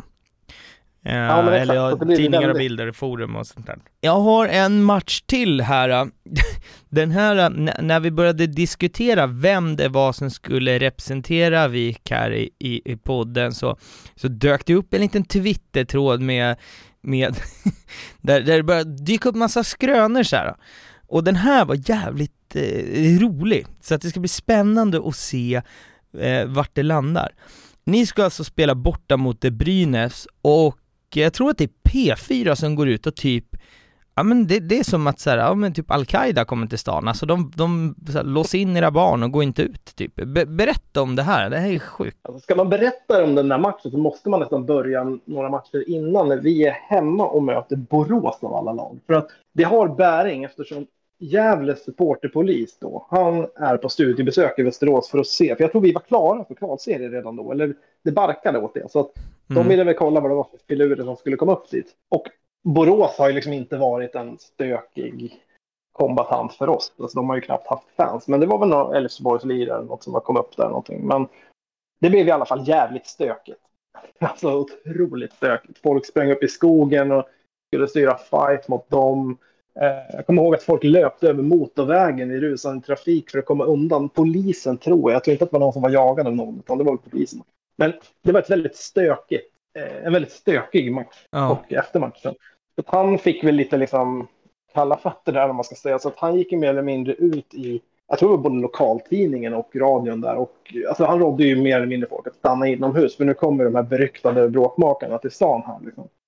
Uh, ja, eller ja, tidningar väldigt... och bilder, forum och sånt där. Jag har en match till här. Den här, n- när vi började diskutera vem det var som skulle representera Vik här i, i, i podden, så, så dök det upp en liten Twitter-tråd med, med där, där det började dyka upp massa skrönor så här. Och den här var jävligt eh, rolig, så att det ska bli spännande att se eh, vart det landar. Ni ska alltså spela borta mot det Brynäs, och jag tror att det är P fyra som går ut och typ, ja men det, det är som att så här, ja men typ Al-Qaida kommer till stan, alltså de, de så här, låser in era barn och går inte ut typ. Be- berätta om det här, det här är sjukt.
Alltså, ska man berätta om den där matchen så måste man nästan börja några matcher innan, när vi är hemma och möter Borås av alla lag. För att det har bäring eftersom Gävles supporterpolis då, han är på studiebesök i Västerås för att se, för jag tror vi var klara för kvalserien redan då, eller det barkade åt det, så att mm. de ville väl kolla vad det var för filurer som skulle komma upp dit. Och Borås har ju liksom inte varit en stökig kombatant för oss, alltså de har ju knappt haft fans, men det var väl någon Elfsborgs lirare eller något som har kommit upp där någonting, men det blev i alla fall jävligt stökigt. Alltså otroligt stökigt. Folk sprang upp i skogen och skulle styra fight mot dem. Jag kommer ihåg att folk löpte över motorvägen i rusande trafik för att komma undan polisen, tror jag. Jag tror inte att det var någon som var jagad av någon, utan det var polisen. Men det var ett väldigt stökigt, en väldigt stökig match oh. och efter matchen. Så han fick väl lite liksom kalla fötter där, om man ska säga. Så att han gick mer eller mindre ut i, jag tror det var både lokaltidningen och radion där. Och alltså, han rådde ju mer eller mindre folk att stanna inomhus. För nu kommer de här beryktade bråkmakarna till stan här liksom.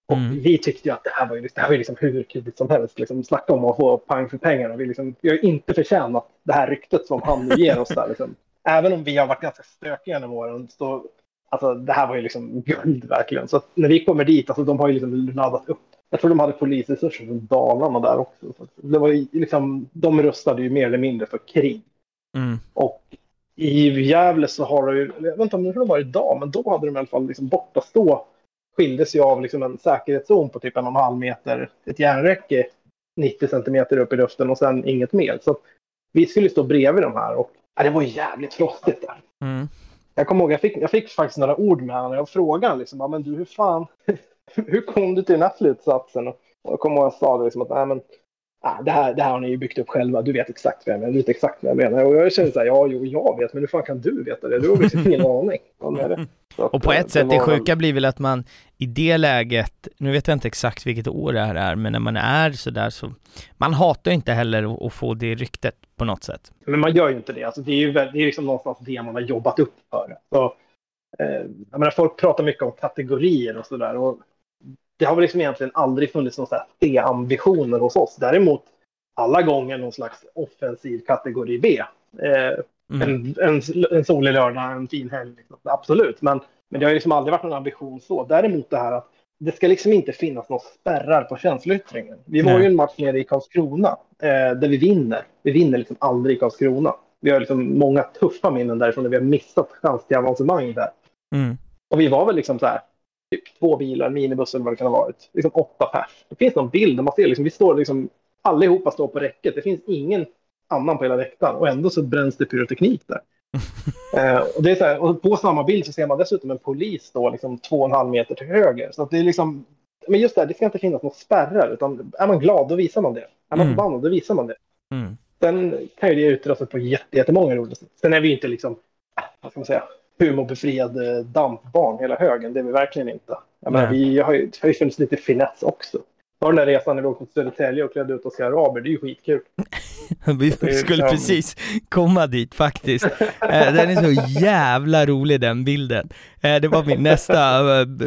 Och
Mm.
vi tyckte ju att det här var ju, det här var ju liksom hur kul som helst. Liksom, snacka om att få pang för pengarna. Vi, liksom, vi har ju inte förtjänat det här ryktet som han nu ger oss där. Liksom. Även om vi har varit ganska stökiga genom åren. Så, alltså, det här var ju liksom guld verkligen. Så att när vi kommer dit, alltså, de har ju liksom laddat upp. Jag tror de hade polisresurser från Dalarna där också. Så det var ju, liksom, de röstade ju mer eller mindre för krig.
Mm.
Och i Gävle så har det ju, jag vet inte om det var idag, men då hade de i alla fall liksom borta stå. Skildes ju av liksom en säkerhetszon på typ en och en halv meter, ett järnräcke nittio centimeter upp i luften och sen inget mer. Så vi skulle stå bredvid de här och ja, det var jävligt frostigt där.
Mm.
Jag kommer ihåg, jag fick, jag fick faktiskt några ord med honom och jag frågade liksom, men du hur fan, hur kom du till den här slutsatsen? Och jag kommer ihåg att jag sa det liksom att nej men, ah, det, här, det här har ni ju byggt upp själva, du vet exakt vad jag menar, du vet exakt vad jag menar. Och jag kände så här, ja jo jag vet, men hur fan kan du veta det? Du har liksom ingen aning om det. Att,
och på ett
det
sätt, det
var...
sjuka blir väl att man i det läget, nu vet jag inte exakt vilket år det här är, men när man är sådär så, man hatar inte heller att få det ryktet på något sätt.
Men man gör ju inte det, alltså det är ju det är liksom någonstans det man har jobbat upp för. Så, eh, jag menar, folk pratar mycket om kategorier och sådär, och det har väl liksom egentligen aldrig funnits någon sån här C-ambitioner hos oss. Däremot alla gånger någon slags offensiv kategori B. Eh, Mm. En, en, en solig lördag, en fin helg. Liksom. Absolut, men, men det har ju liksom aldrig varit någon ambition så. Däremot det här att det ska liksom inte finnas några spärrar på känsloyttringen. Vi var Nej. ju en match nere i Karlskrona eh, där vi vinner. Vi vinner liksom aldrig i Karlskrona. Vi har liksom många tuffa minnen därifrån där vi har missat chans till avancemang där.
Mm.
Och vi var väl liksom så här, typ två bilar, minibuss eller vad det kan ha varit. Liksom åtta pers. Det finns någon bild där man ser liksom, vi står liksom, allihopa står på räcket. Det finns ingen annan på hela läktaren och ändå så bränns det pyroteknik där. eh, och, det är så här, och på samma bild så ser man dessutom en polis då liksom två och en halv meter till höger. Så att det är liksom, men just det här, det ska inte finnas några spärrar, utan är man glad då visar man det. Är man mm. förbannad då visar man det.
Mm.
Sen kan ju det utröstas på jätte, jättemånga roliga sätt. Sen är vi inte liksom, vad ska man säga, humorbefriade dampbarn hela högen. Det är vi verkligen inte. Jag menar, vi har ju, har ju funnits lite finess också. Och den där resan när vi åkte till Södertälje och klädde ut oss i araber, det är ju skitkul.
Vi skulle liksom... precis komma dit faktiskt. Den är så jävla rolig den bilden. Det var min nästa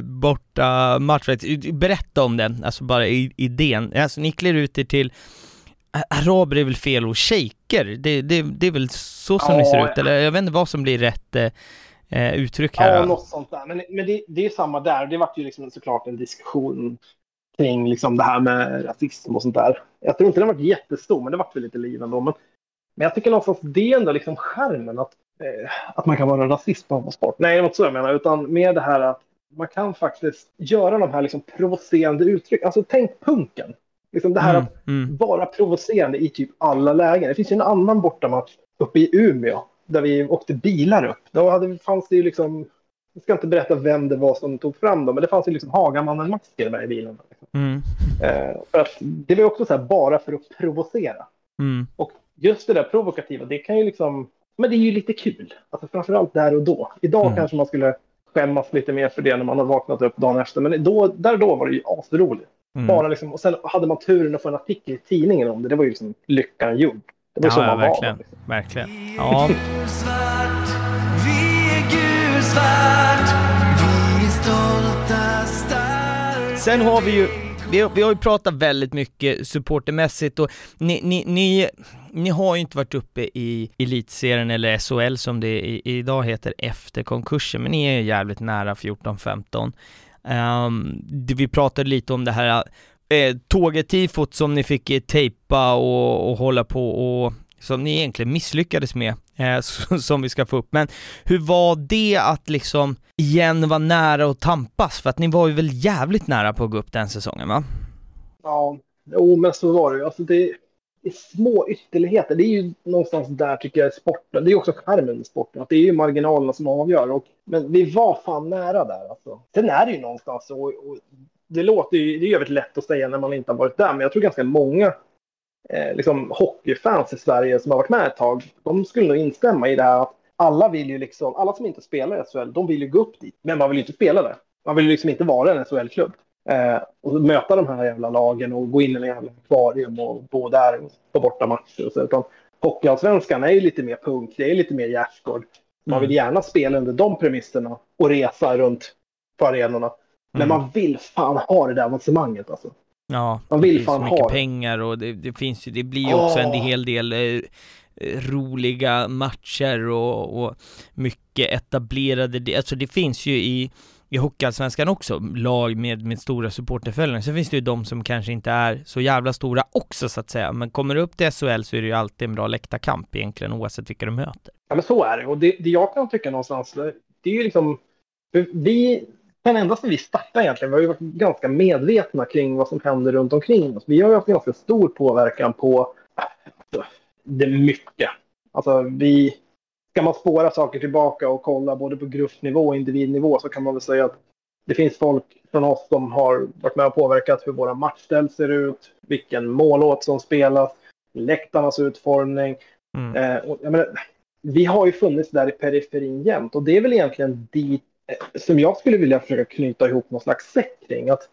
borta match. Berätta om den, alltså bara idén. Alltså ni klär ut er till, araber är väl fel, och shejker. Det, det, det är väl så som ja, ni ser ut, eller jag vet inte vad som blir rätt eh, uttryck här.
Ja, något sånt där. Men, men det, det är samma där. Det var ju liksom såklart en diskussion kring liksom det här med rasism och sånt där. Jag tror inte den var jättestor, men det var väl lite liv ändå. Men, men jag tycker någonstans det är ändå liksom skärmen att, eh, att man kan vara rasist på sport. Nej, det var inte så jag menar, utan med det här att man kan faktiskt göra de här liksom provocerande uttryck. Alltså tänk punken. Liksom det här mm, att mm. vara provocerande i typ alla lägen. Det finns ju en annan bortamatch uppe i Umeå där vi åkte bilar upp. Då hade, fanns det ju liksom, jag ska inte berätta vem det var som tog fram dem, men det fanns ju liksom Hagamannen-masker med i bilen.
Mm.
Eh, för att det var ju också så här bara för att provocera.
Mm.
Och just det där provokativa, det kan ju liksom, men det är ju lite kul. Alltså framförallt där och då. Idag mm. kanske man skulle skämmas lite mer för det när man har vaknat upp dagen efter. Men då, där och då var det ju asroligt. Mm. Bara liksom, och sen hade man turen att få en artikel i tidningen om det. Det var ju liksom lyckan gjord. Det var ju
ja,
så man
verkligen.
var. Liksom.
Verkligen. Ja.
Vi är gulsvart, vi är stolta, starka.
Sen har vi ju Vi har, vi har ju pratat väldigt mycket supportermässigt, och ni, ni, ni, ni har ju inte varit uppe i elitserien eller S H L som det i, idag heter efter konkursen, men ni är jävligt nära fjorton femton. Um, vi pratade lite om det här eh, tågetifot som ni fick eh, tejpa och, och hålla på, och som ni egentligen misslyckades med, eh, som vi ska få upp. Men hur var det att liksom igen vara nära och tampas? För att ni var ju väl jävligt nära på att gå upp den säsongen, va?
Ja, jo, men så var det ju. Alltså det, det är små ytterligheter. Det är ju någonstans där tycker jag sporten. Det är ju också skärmen i sporten. Att det är ju marginalerna som avgör. Och, men vi var fan nära där alltså. Sen är det ju någonstans så. Och, och det låter ju, det är ju väldigt lätt att säga när man inte har varit där. Men jag tror ganska många Eh, liksom hockeyfans i Sverige som har varit med ett tag, de skulle nog instämma i det här att alla vill ju liksom, alla som inte spelar i S H L, de vill ju gå upp dit, men man vill ju inte spela där. Man vill ju liksom inte vara en S H L-klubb eh, och möta de här jävla lagen och gå in i en jävla akvarium och bo där på bortamatcher och så, utan hockeyallsvenskan är ju lite mer punk, det är lite mer hjärtgård. Man vill gärna spela under de premisserna och resa runt på arenorna. Men man vill fan ha det där avancemanget alltså.
Ja,
man vill
det finns
fan
så mycket
ha det.
pengar och det, det finns ju, det blir ju också
Åh.
en hel del eh, roliga matcher och, och mycket etablerade, alltså det finns ju i i Hockeyallsvenskan också lag med, med stora supporterföljare. Sen finns det ju de som kanske inte är så jävla stora också så att säga. Men kommer det upp till S H L så är det ju alltid en bra läktarkamp egentligen oavsett vilka de möter.
Ja men så är det. Och det, det jag kan tycka någonstans, det är ju liksom, vi, den endaste vi startade egentligen, vi har ju varit ganska medvetna kring vad som händer runt omkring oss. Vi har ju haft ganska stor påverkan på alltså, det mycket. Alltså vi, ska man spåra saker tillbaka och kolla både på gruppnivå och individnivå så kan man väl säga att det finns folk från oss som har varit med och påverkat hur våra matchställ ser ut, vilken målåt som spelas, läktarnas utformning.
Mm.
Eh, och, jag menar, vi har ju funnits där i periferin jämt och det är väl egentligen dit eh, som jag skulle vilja försöka knyta ihop någon slags sätt kring. Att,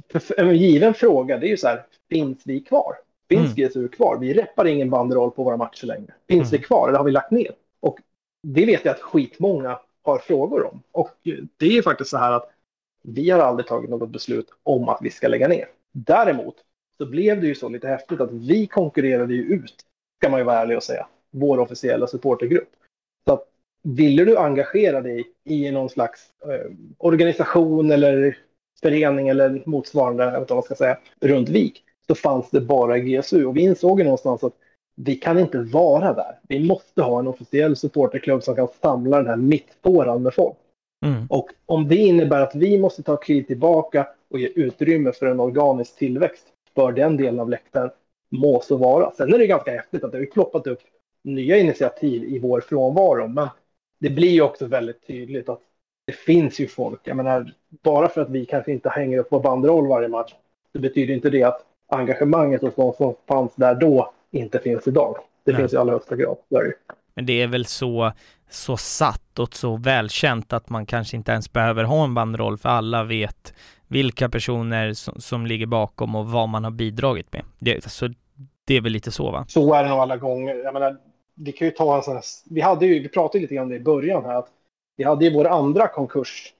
en given fråga, det är ju så här, finns vi kvar? Finns
Mm.
G S U kvar? Vi reppar ingen banderoll på våra matcher längre. Finns
Mm.
vi kvar eller har vi lagt ner? Och det vet jag att skitmånga har frågor om. Och det är ju faktiskt så här att vi har aldrig tagit något beslut om att vi ska lägga ner. Däremot så blev det ju så lite häftigt att vi konkurrerade ju ut, ska man ju vara ärlig och säga, vår officiella supportergrupp. Så att ville du engagera dig i någon slags eh, organisation eller förening eller motsvarande, jag vet inte vad man ska säga, runt Vik, så fanns det bara G S U. Och vi insåg ju någonstans att vi kan inte vara där. Vi måste ha en officiell supporterklubb som kan samla den här mittfåran med folk.
Mm.
Och om det innebär att vi måste ta kliv tillbaka och ge utrymme för en organisk tillväxt för den delen av läktaren, må så vara. Sen är det ganska häftigt att det har ploppat upp nya initiativ i vår frånvaro. Men det blir ju också väldigt tydligt att det finns ju folk. Jag menar, bara för att vi kanske inte hänger upp på banderoll varje match så betyder inte det att engagemanget hos de som fanns där då inte finns idag. Det
Nej.
finns i allra högsta grad. Där.
Men det är väl så, så satt och så välkänt att man kanske inte ens behöver ha en bandroll för alla vet vilka personer som, som ligger bakom och vad man har bidragit med. Det, så det är väl lite så, va?
Så är det nog alla gånger. Jag menar, vi kan ju ta en sån här, vi hade ju, vi pratade lite grann om det i början här, att vi hade ju vår andra konkurs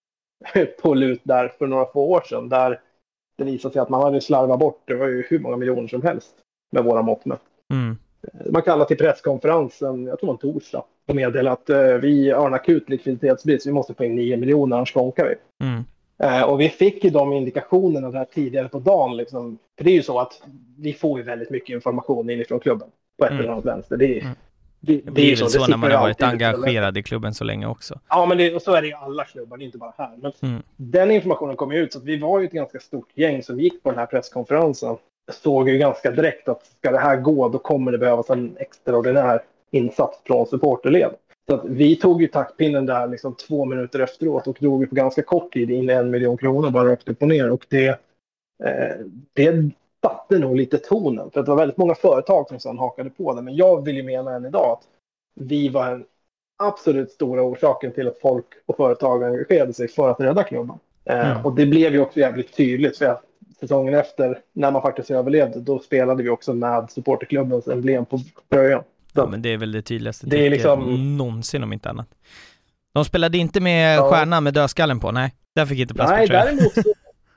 på lut där för några få år sedan, där det visade sig att man hade slarvat bort, det var ju hur många miljoner som helst med våra mått med.
Mm.
Man kallar till presskonferensen, jag tror det var en torsdag, och meddelade att eh, vi har en akut likviditetsbrist, vi måste få in nio miljoner, annars konkar vi.
Mm.
Eh, och vi fick ju de indikationerna där tidigare på dagen. Liksom. För det är ju så att vi får ju väldigt mycket information inifrån klubben på ett
Mm.
eller annat vänster. Det är,
Mm.
det,
Det
det
blir
är
väl
så,
så,
det
när man
sitter
har varit
alltid lite
engagerad i klubben så länge också.
Ja, men det, och så är det ju alla klubbar, det är inte bara här. Men
Mm.
den informationen kom ju ut, så att vi var ju ett ganska stort gäng som gick på den här presskonferensen. Såg ju ganska direkt att ska det här gå, då kommer det behövas en extraordinär insats från supporterled. Så att vi tog ju taktpinnen där liksom två minuter efteråt och drog på ganska kort tid in en miljon kronor bara rakt upp och ner. Och det, eh, det satte nog lite tonen. För att det var väldigt många företag som sedan hakade på det. Men jag vill ju mena än idag att vi var en absolut stora orsaken till att folk och företag engagerade sig för att rädda klubben. Eh,
Mm.
Och det blev ju också jävligt tydligt. För att säsongen efter, när man faktiskt överlevde, då spelade vi också med supporterklubbens emblem på tröjan.
Ja, men det är väl det tydligaste
Det är
tecken
liksom-
någonsin om inte annat. De spelade inte med
Ja.
stjärnan med dödskallen på, nej. Där fick inte plats
Nej,
på tröjan.
däremot så,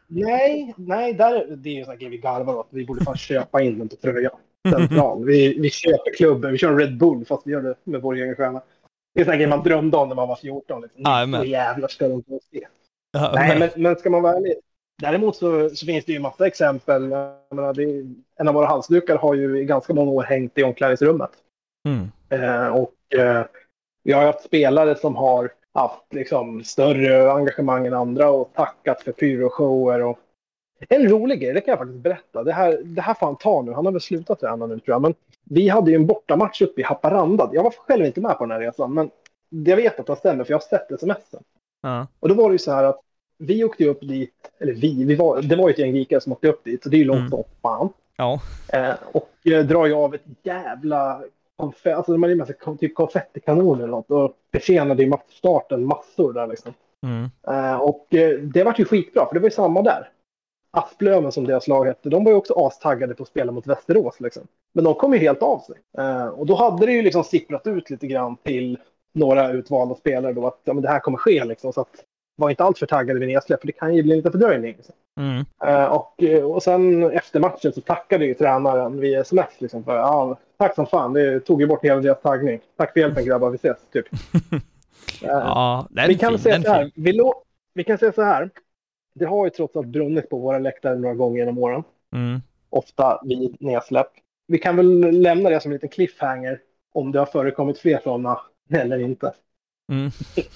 nej, nej, där, det är ju så här grej vi garvar åt. Vi borde fan köpa in den på tröjan. Central. Vi, vi köper klubben, vi kör en Red Bull fast vi gör det med vår egen stjärna. Det är så här grej man drömde om när man var fjorton. Liksom.
Ja, men-
Nu jävlar ska de få se.
Ja,
Nej, men, men ska man vara ärlig. Däremot så, så finns det ju massa exempel. Jag menar, det är, en av våra halsdukar har ju i ganska många år hängt i omklädningsrummet.
Mm.
Eh, och eh, vi har haft spelare som har haft liksom, större engagemang än andra och tackat för pyroshower. Och... En rolig grej, det kan jag faktiskt berätta. Det här, det här får han ta nu. Han har väl slutat träna nu tror jag. Men vi hade ju en bortamatch uppe i Haparanda. Jag var själv inte med på den här resan. Men jag vet att det stämmer för jag har sett smsen.
Ja.
Och då var det ju så här att vi åkte upp dit. Eller vi, vi var, det var ju ett gäng vikare som åkte upp dit. Så det är ju långt
Mm.
som fan.
Ja.
Eh, och eh, drar ju av ett jävla konfetti, alltså de hade med sig kon- typ konfettikanoner eller något och försenade ju matchstarten massor där liksom.
Mm.
Eh, och eh, det var ju skitbra för det var ju samma där. Asplöven som deras lag hette, de var ju också astaggade på att spela mot Västerås liksom. Men de kom ju helt av sig. Eh, och då hade det ju liksom sipprat ut lite grann till några utvalda spelare då att ja, men det här kommer ske liksom. Så att var inte allt för taggade vid nedsläpp, för det kan ju bli lite fördröjning.
Mm.
Uh, och, och sen efter matchen så tackade ju tränaren via sms liksom för ja, tack som fan, det tog ju bort hela deras taggning. Tack för hjälpen grabbar, vi ses typ. uh,
Ja, den
vi kan
fin,
säga
den
så här,
fin.
vi, lo- vi kan säga så här. Det har ju trots allt brunnit på våra läktare några gånger genom åren.
Mm.
Ofta vid nedsläpp. Vi kan väl lämna det som en liten cliffhanger om det har förekommit fler sådana eller inte.
Mm.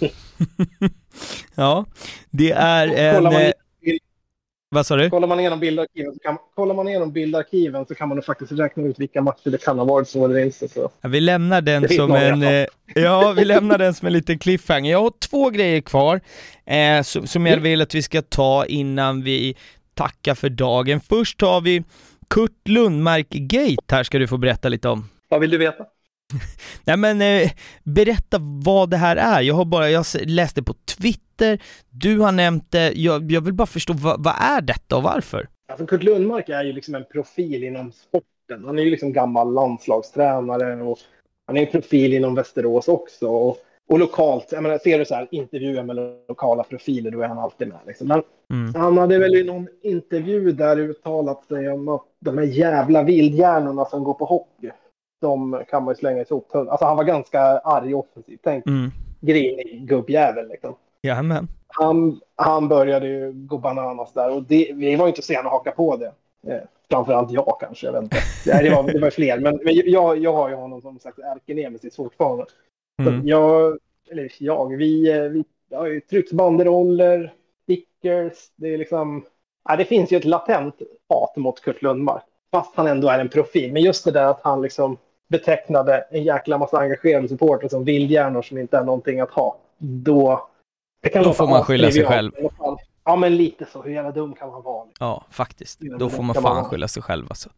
Ja, det är en...
Kollar man,
eh,
i,
Vad sa du?
kollar man igenom bildarkiven så kan, kollar man igenom bildarkiven så kan man nog faktiskt räkna ut vilka matcher det kan ha varit så eller inte. Så.
Ja, vi lämnar den
Det finns
som
några i
en...
alla
eh, Ja, vi lämnar den som en liten cliffhanger. Jag har två grejer kvar eh, som, som jag
Mm.
vill att vi ska ta innan vi tackar för dagen. Först har vi Kurt Lundmark-gate. Här ska du få berätta lite om.
Vad vill du veta?
Nej men eh, berätta vad det här är. Jag har bara jag läste på Twitter. Du har nämnt det. Jag, jag vill bara förstå vad, vad är detta och varför?
Alltså Kurt Lundmark är ju liksom en profil inom sporten. Han är ju liksom gammal landslagstränare och han är en profil inom Västerås också. Och, och lokalt, jag menar, ser du så här intervjuer med lokala profiler, då är han alltid med. Liksom. Men
Mm.
han hade väl i någon intervju där uttalat sig om att de här jävla vildhjärnorna som går på hockey, de kan man ju slänga i soptunnan. Alltså han var ganska arg offensivt. Tänk,
Mm.
grinig gubbjävel liksom.
Jajamän.
Han, han började ju gå bananas där och det, vi var ju inte sena att haka på det. Eh, framförallt jag kanske, jag vet inte. Nej, det, var, det var fler, men, men jag, jag har ju honom som sagt ärkenemesis fortfarande.
Mm.
Så jag, eller jag, vi, vi har ju tryckt banderoller, stickers, det är liksom, ja, det finns ju ett latent hat mot Kurt Lundmark. Fast han ändå är en profil. Men just det där att han liksom betecknade en jäkla massa engagerade supporter som vildhjärnor som inte är någonting att ha. Då, det kan
Då
låta
får man skylla sig
avtrivialt,
själv.
men ja, men lite så. Hur jävla dum kan man vara?
Ja, faktiskt.
Ja,
Då
det
får man
kan
fan
man-
skylla sig själv alltså.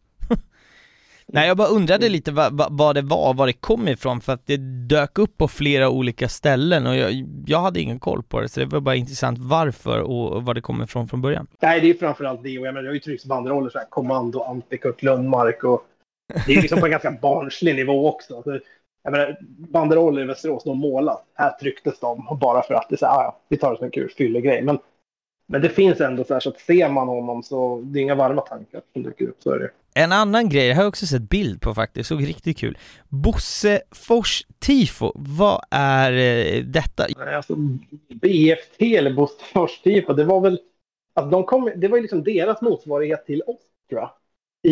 Nej, jag bara undrade lite vad, vad, vad det var, var det kom ifrån, för att det dök upp på flera olika ställen och jag, jag hade ingen koll på det, så det var bara intressant varför och, och vad det kommer ifrån från början.
Nej, det är framförallt det. Och jag menar, jag har ju tryckt banderoller så här, kommando, anti-Kurt Lundmark och det är liksom på en ganska barnslig nivå också. Alltså, jag menar, banderoller i Västerås, de målas. Här trycktes de bara för att det är så här, ah, ja, vi tar det som en kul fyllegrej. Men, men det finns ändå så här, så att ser man honom så det är inga varma tankar som dyker upp, så är det.
En annan grej, jag har också sett bild på faktiskt, såg riktigt kul. Bosse Fors Tifo, vad är eh, detta?
Nej, alltså B F T eller Bostfors Tifo, det var väl, alltså de kom, det var ju liksom deras motsvarighet till oss, tror jag,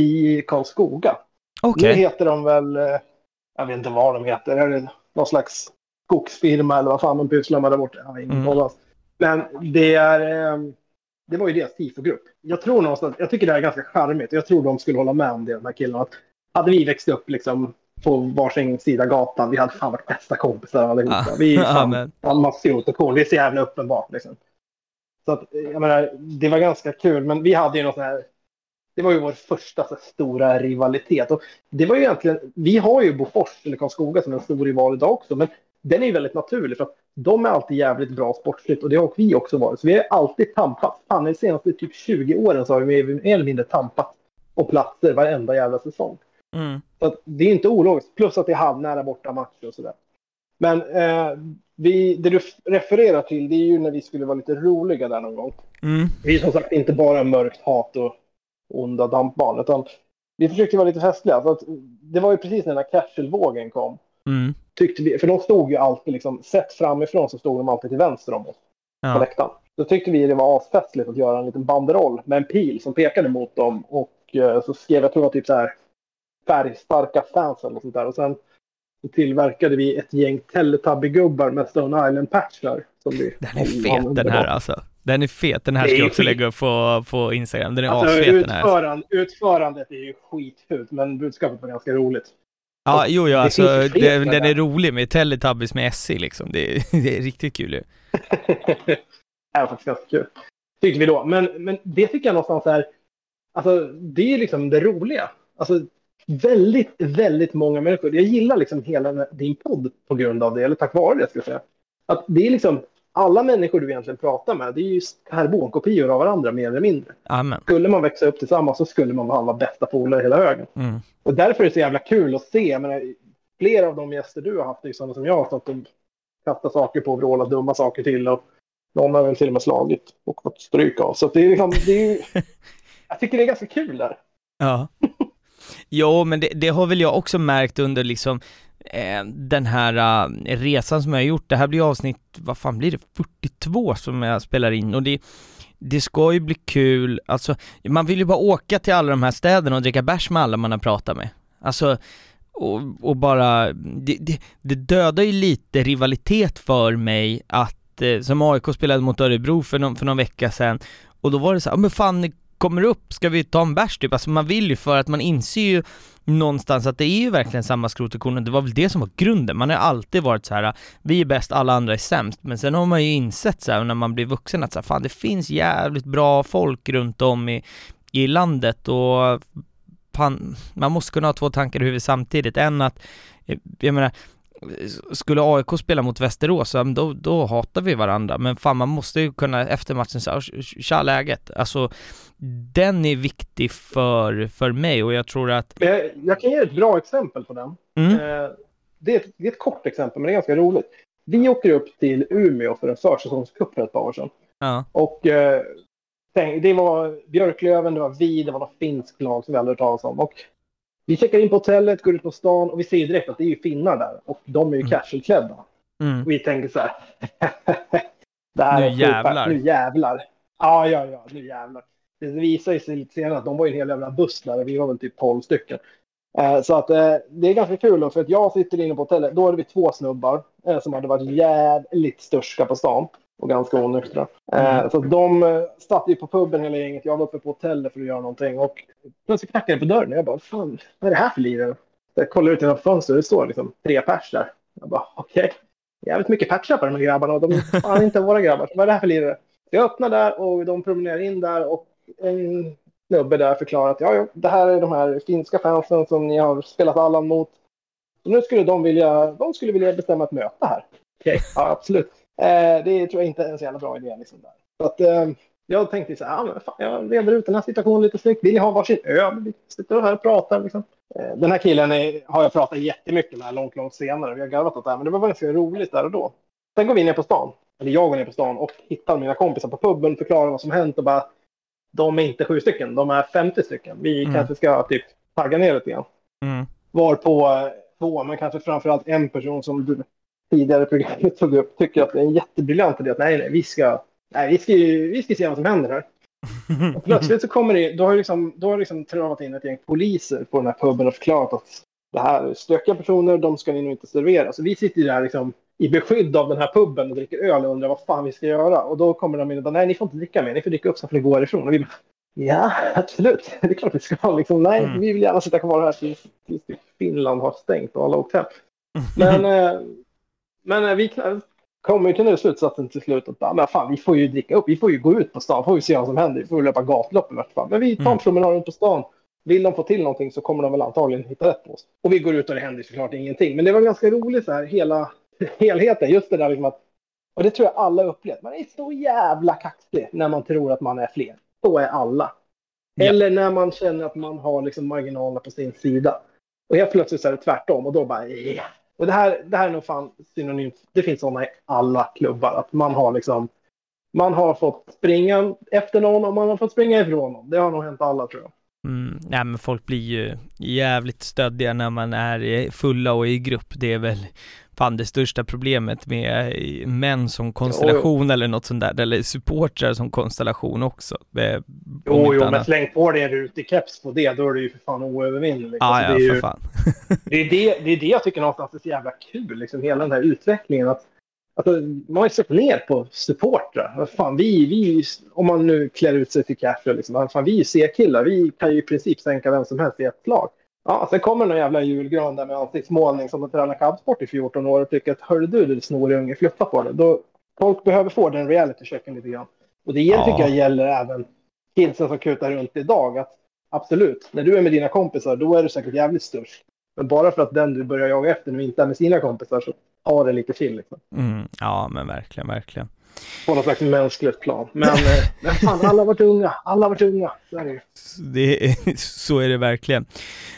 i Karlskoga.
Okej.
Nu heter de väl, eh, jag vet inte vad de heter, är det någon slags skogsfirma eller vad fan de pysslar med där borta? Jag har ingen
Mm.
koll. Men det är, eh, det var ju deras tifogrupp. Jag tror någonstans, jag tycker det är ganska charmigt och jag tror de skulle hålla med om det, de här killarna. Att hade vi växt upp liksom på varsin sida gatan, vi hade fan varit bästa kompisar allihopa.
Ah,
Vi är
ja,
fan,
men-
fan massot och cool, det är så jävla uppenbart liksom. Så att, jag menar, det var ganska kul, men vi hade ju något sån här, det var ju vår första så här, stora rivalitet. Och det var ju egentligen, vi har ju Bofors eller Karlskoga som en stor rival idag också, men den är ju väldigt naturlig för att de är alltid jävligt bra sportsligt och det har vi också varit. Så vi har alltid tampat. Fan, de senaste typ tjugo åren så har vi mer eller mindre tampat och platser varenda jävla säsong.
Mm.
Så att det är inte ologiskt. Plus att det är halvnära borta matcher och sådär. Men eh, vi, det du refererar till, det är ju när vi skulle vara lite roliga där någon gång.
Mm.
Vi är som sagt inte bara mörkt hat och onda dampbarn, utan vi försökte vara lite festliga. Så att det var ju precis när den här casual-vågen kom.
Mm.
Tyckte vi, för de stod ju alltid liksom, sett framifrån så stod de alltid till vänster om oss på
Ja.
läktaren. Då tyckte vi det var asfestligt att göra en liten banderoll med en pil som pekade mot dem och eh, så skrev jag tror jag typ så här färgstarka fans eller något sånt där. Och sen så tillverkade vi ett gäng Teletubby-gubbar med Stone Island-patchar. Som vi
Den är fet den här alltså. Den är fet, den här
Det
ska
är
jag också
skit.
lägga upp på, på Instagram. Den är
Alltså,
asfet den här.
utföran, utförandet är ju skitfult, men budskapet var ganska roligt.
Ja, jo, jo,
Det
alltså
finns ju fler
den,
med
den
det.
är rolig med Teletubbies med S C liksom. Det är, det är riktigt kul ju.
Det är faktiskt ganska kul. Tyckte vi då. Men, men det tycker jag någonstans är, alltså det är liksom det roliga. Alltså väldigt, väldigt många människor. Jag gillar liksom hela din podd på grund av det, eller tack vare det ska jag säga. Att det är liksom, alla människor du egentligen pratar med, det är ju karbonkopior av varandra mer eller mindre.
Amen.
Skulle man växa upp tillsammans så skulle man vara bästa polare i hela högen.
Mm.
Och därför är det så jävla kul att se. Jag menar, flera av de gäster du har haft är sådana som jag har stått och kastat saker på och vrålat dumma saker till. Och Någon har väl till och med slagit och fått stryk av. Så det är liksom, det är ju, jag tycker det är ganska kul där.
Ja. Jo, men det, det har väl jag också märkt under liksom eh, den här uh, resan som jag har gjort. Det här blir avsnitt, vad fan blir det? fyrtiotvå som jag spelar in. Och det, det ska ju bli kul. Alltså, man vill ju bara åka till alla de här städerna och dricka bärs med alla man har pratat med. Alltså, och, och bara, det, det, det dödar ju lite rivalitet för mig att, eh, som A I K spelade mot Örebro för någon, för någon vecka sedan. Och då var det så här, men fan, kommer upp, ska vi ta en bärs typ? Alltså man vill ju, för att man inser ju någonstans att det är ju verkligen samma skrot och korn. Det var väl det som var grunden. Man har alltid varit så här, vi är bäst, alla andra är sämst. Men sen har man ju insett så här, när man blir vuxen, att så här, fan, det finns jävligt bra folk runt om i, i landet, och fan, man måste kunna ha två tankar i huvudet samtidigt. En att, jag menar, skulle A I K spela mot Västerås, då, då hatar vi varandra. Men fan, man måste ju kunna efter matchen säga, tja läget. Alltså, den är viktig för, för mig, och jag tror att...
Jag, jag kan ge ett bra exempel på den.
Mm.
Eh, det, är ett, det är ett kort exempel, men det är ganska roligt. Vi åker upp till Umeå för en försäsongscup för ett par år sedan.
Ja.
Och eh, det var Björklöven, det var vi, det var något finskt lag som vi aldrig hört talas om. Och vi checkar in på hotellet, går ut på stan, och vi ser direkt att det är ju finnar där. Och de är ju mm. casualklädda. Mm. Och vi tänker så här. det här
nu
är
jävlar.
Nu jävlar. Ja, ja, ja, nu jävlar. Det visar sig lite senare att de var ju en hel jävla buss där, och vi var väl typ tolv stycken. Eh, så att eh, det är ganska kul då, för att jag sitter inne på hotellet. Då hade vi två snubbar eh, som hade varit jävligt störska på stan. Och ganska onyktra. Mm. Eh, så de eh, satt ju på puben hela gänget. Jag var uppe på hotellet för att göra någonting. Och plötsligt knackade det på dörren. Och jag bara, fan, vad är det här för liv? Jag kollar ut genom fönstret, det står liksom tre pers där. Jag bara, okej. Okay. Jävligt mycket patchar på de här grabbarna. Och de är inte våra grabbar. Vad är det här för liv? Jag öppnar där och de promenerar in där. Och en snubbe där förklarar att ja, ja, det här är de här finska fansen som ni har spelat Allan mot. Så nu skulle de vilja, de skulle vilja bestämma ett möte här. Okej, okay. Ja, absolut. Eh, det tror jag inte är en så jävla bra idé. Liksom där. Så att, eh, jag tänkte så här, ja, men fan, jag reder ut den här situationen lite snyggt. Vill jag ha varsin öl? Vi sitter här och pratar. Liksom. Eh, den här killen är, har jag pratat jättemycket med långt, långt senare. Vi har garvat åt det här, men det var ganska roligt där och då. Sen går vi ner på stan. Eller jag går ner på stan och hittar mina kompisar på puben, förklarar vad som hänt och bara, de är inte sju stycken, de är femtio stycken. Vi mm. kanske ska typ tagga ner lite grann. Mm. Var på två, men kanske framförallt en person som du tidigare programmet tog upp, tycker att det är en jättebriljant idé att nej, nej, vi ska, nej, vi ska, vi ska se vad som händer här. Och plötsligt så kommer det, då har liksom, då har liksom travat in ett gäng poliser på den här puben och förklarat att det här är stökiga personer, de ska ni nog inte servera. Så vi sitter där liksom i beskydd av den här puben och dricker öl och undrar vad fan vi ska göra. Och då kommer de in och bara, nej, ni får inte dricka mer, ni får dricka upp så får ni gå ifrån. Och vi bara, ja, absolut, det är klart vi ska. Liksom, nej, mm. vi vill gärna sitta kvar här tills, tills Finland har stängt och alla åkt hem. Men, eh, men vi kommer ju till den slutsatsen till slut att men fan, vi får ju dricka upp, vi får ju gå ut på stan, får vi se vad som händer, vi får löpa gatlopp i vart fall. Men vi tar en promenad runt på stan. Vill de få till någonting så kommer de väl antagligen hitta rätt på oss. Och vi går ut och det händer såklart ingenting. Men det var ganska roligt så här, hela helheten, just det där liksom att, och det tror jag alla upplevt, man är så jävla kaxig när man tror att man är fler. Så är alla. Ja. Eller när man känner att man har liksom marginalerna på sin sida. Och helt plötsligt så är det tvärtom och då bara, yeah. Och det här, det här är nog fan synonymt, det finns sådana i alla klubbar, att man har liksom, man har fått springa efter någon och man har fått springa ifrån någon. Det har nog hänt alla, tror jag.
Mm, nej, men folk blir ju jävligt stöddiga när man är fulla och i grupp. Det är väl fan det största problemet med män som konstellation jo, eller något sånt där, eller supportrar som konstellation också. Det,
jo, jo men släng på det ut i keps på det, då är det ju för fan oövervinnligt.
Ah,
alltså,
ja,
det är
för
ju,
fan.
det, är det, det är det jag tycker någonstans är så jävla kul, liksom, hela den här utvecklingen. Att, alltså, man har ju sett ner på supportrar. Fan, vi, vi, om man nu klär ut sig till casual, liksom, fan, vi är C-killar, vi kan ju i princip sänka vem som helst i ett slag. Ja, sen kommer någon jävla julgran där med ansiktsmålning som har tränat kampsport i fjorton år och tycker att hörde du, du snorunge, fluffa på det. Då, folk behöver få den reality-checken lite grann. Och det ja. tycker jag gäller även kidsen som kutar runt idag. Att absolut, när du är med dina kompisar, då är du säkert jävligt störst. Men bara för att den du börjar jaga efter nu inte är med sina kompisar, så har det lite till. Liksom.
Mm, ja, men verkligen, verkligen.
På något slags mänskligt plan. Men, men fan, alla har varit unga. Alla har varit unga. Så är det ju.
Det är, så är det verkligen.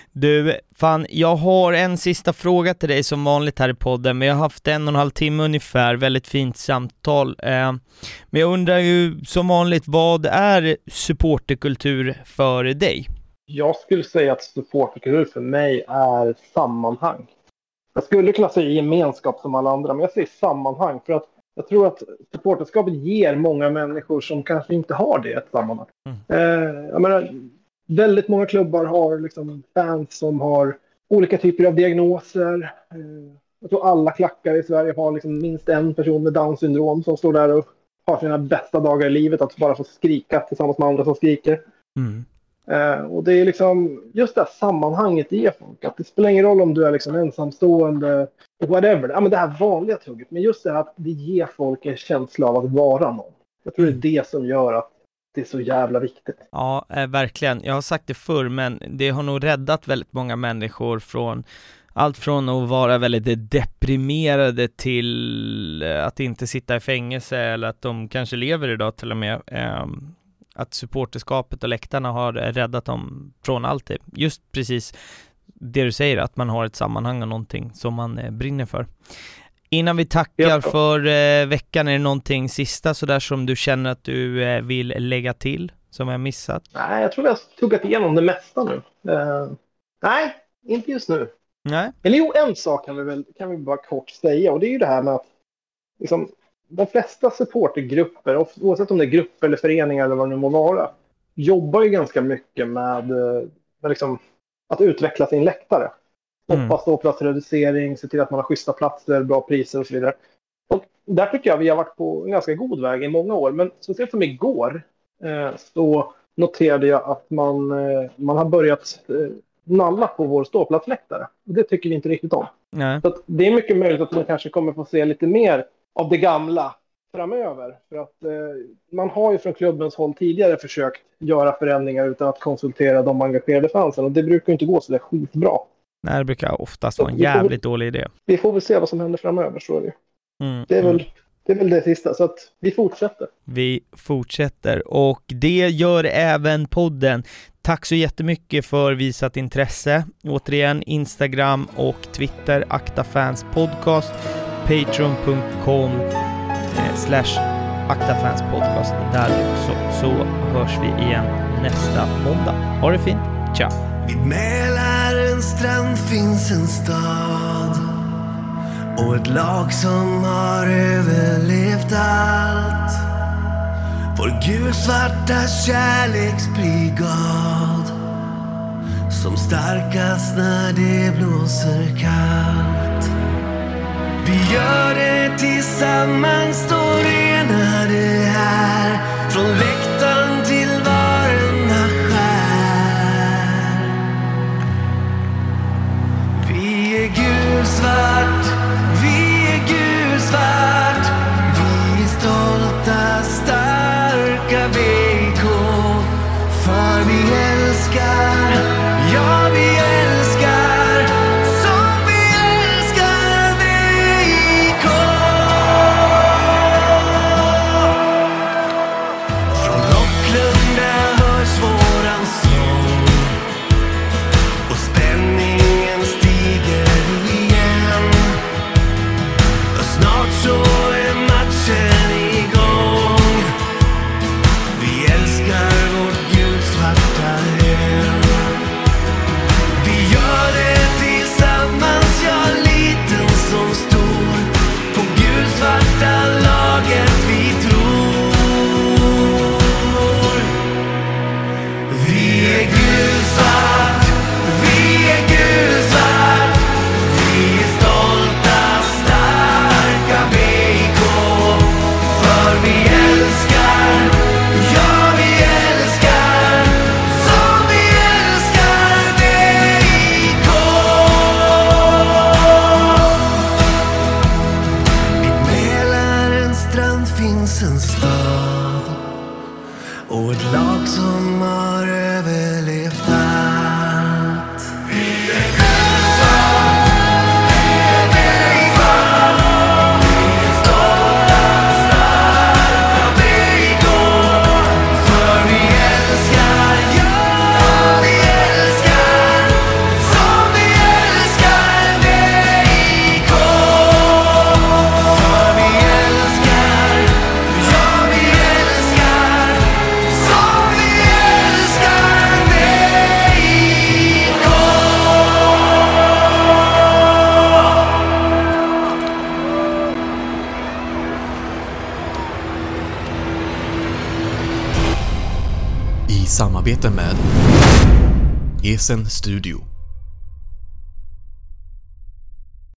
Du, fan, jag har en sista fråga till dig som vanligt här i podden. Vi har haft en och en halv timme ungefär, väldigt fint samtal. Eh, men jag undrar ju som vanligt, vad är supporterkultur för dig?
Jag skulle säga att supporterkultur för mig är sammanhang. Jag skulle kunna säga gemenskap som alla andra, men jag säger sammanhang för att jag tror att supporterskapet ger många människor som kanske inte har det ett sammanhang. Mm. Eh, jag menar, väldigt många klubbar har liksom fans som har olika typer av diagnoser. Eh, jag tror alla klackar i Sverige har liksom minst en person med Down syndrom som står där och har sina bästa dagar i livet att bara få skrika tillsammans med andra som skriker.
Mm.
Uh, och det är liksom just det här sammanhanget i folk. Att det spelar ingen roll om du är liksom ensamstående, whatever. Ja, men det här vanliga tugget. Men just det här att det ger folk en känsla av att vara någon. Jag tror det är det som gör att det är så jävla viktigt.
Ja, eh, verkligen. Jag har sagt det förr, men det har nog räddat väldigt många människor från allt från att vara väldigt deprimerade till att inte sitta i fängelse eller att de kanske lever idag till och med. Um, att supporterskapet och läktarna har räddat dem från allt det. Just precis det du säger, att man har ett sammanhang och någonting som man eh, brinner för. Innan vi tackar ja. för eh, veckan, är det någonting sista så där som du känner att du eh, vill lägga till som jag missat?
Nej, jag tror jag har tuggat igenom det mesta nu. Uh, nej, inte just nu.
Nej.
Eller jo, en sak kan vi väl kan vi bara kort säga, och det är ju det här med att liksom, de flesta supportergrupper, oavsett om det är grupper eller föreningar eller vad det nu må vara, jobbar ju ganska mycket med, med liksom, att utveckla sin läktare.
Mm.
Hoppas ståplatsreducering, se till att man har schyssta platser, bra priser och så vidare. Och där tycker jag vi har varit på en ganska god väg i många år. Men så sent som igår eh, så noterade jag att man, eh, man har börjat eh, nalla på vår ståplatsläktare. Och det tycker vi inte riktigt om.
Nej.
Så att det är mycket möjligt att man kanske kommer få se lite mer av det gamla framöver. För att eh, man har ju från klubbens håll tidigare försökt göra förändringar utan att konsultera de engagerade fansen. Och det brukar inte gå så där skitbra.
Nej, det brukar oftast vara en jävligt väl, dålig idé.
Vi får väl se vad som händer framöver, så är det.
Mm,
det, är väl,
mm.
det är väl det sista, så att vi fortsätter.
Vi fortsätter, och det gör även podden. Tack så jättemycket för visat intresse. Återigen, Instagram och Twitter, Aktafans podcast, patreon punkt com eh, slash Aktafans podcast där också. Så hörs vi igen nästa måndag. Ha det fint, ciao!
Vid Mälarens strand finns en stad och ett lag som har överlevt allt. Vår gulsvarta kärleksbrigad som starkast när det blåser kallt. Vi gör det tillsammans, står enade här, från läktaren till varenda skär. Vi är gulsvart, vi är gulsvart, vi är stolta, starka V K. För vi älskar, ja vi älskar, som vi älskar V K. Från Rocklunda hörs våran sång och spänningen stiger igen. Och snart så är matchen igång. Vi älskar vårt gulsvarta hem. Vi gör det tillsammans, ja, liten som stor. På gulsvarta laget vi tror. Vi är gulsvart, vi är gulsvart, vi är stolta, starka V K. För vi älskar, ja vi älskar, som vi älskar V K. Vid Mälarens strand finns en stad och ett lag som har överlevt allt. Vi är gulsvart, vi är gulsvart, vi är stolta, starka V K. För vi älskar, ja vi älskar,
samarbete med Esen Studio.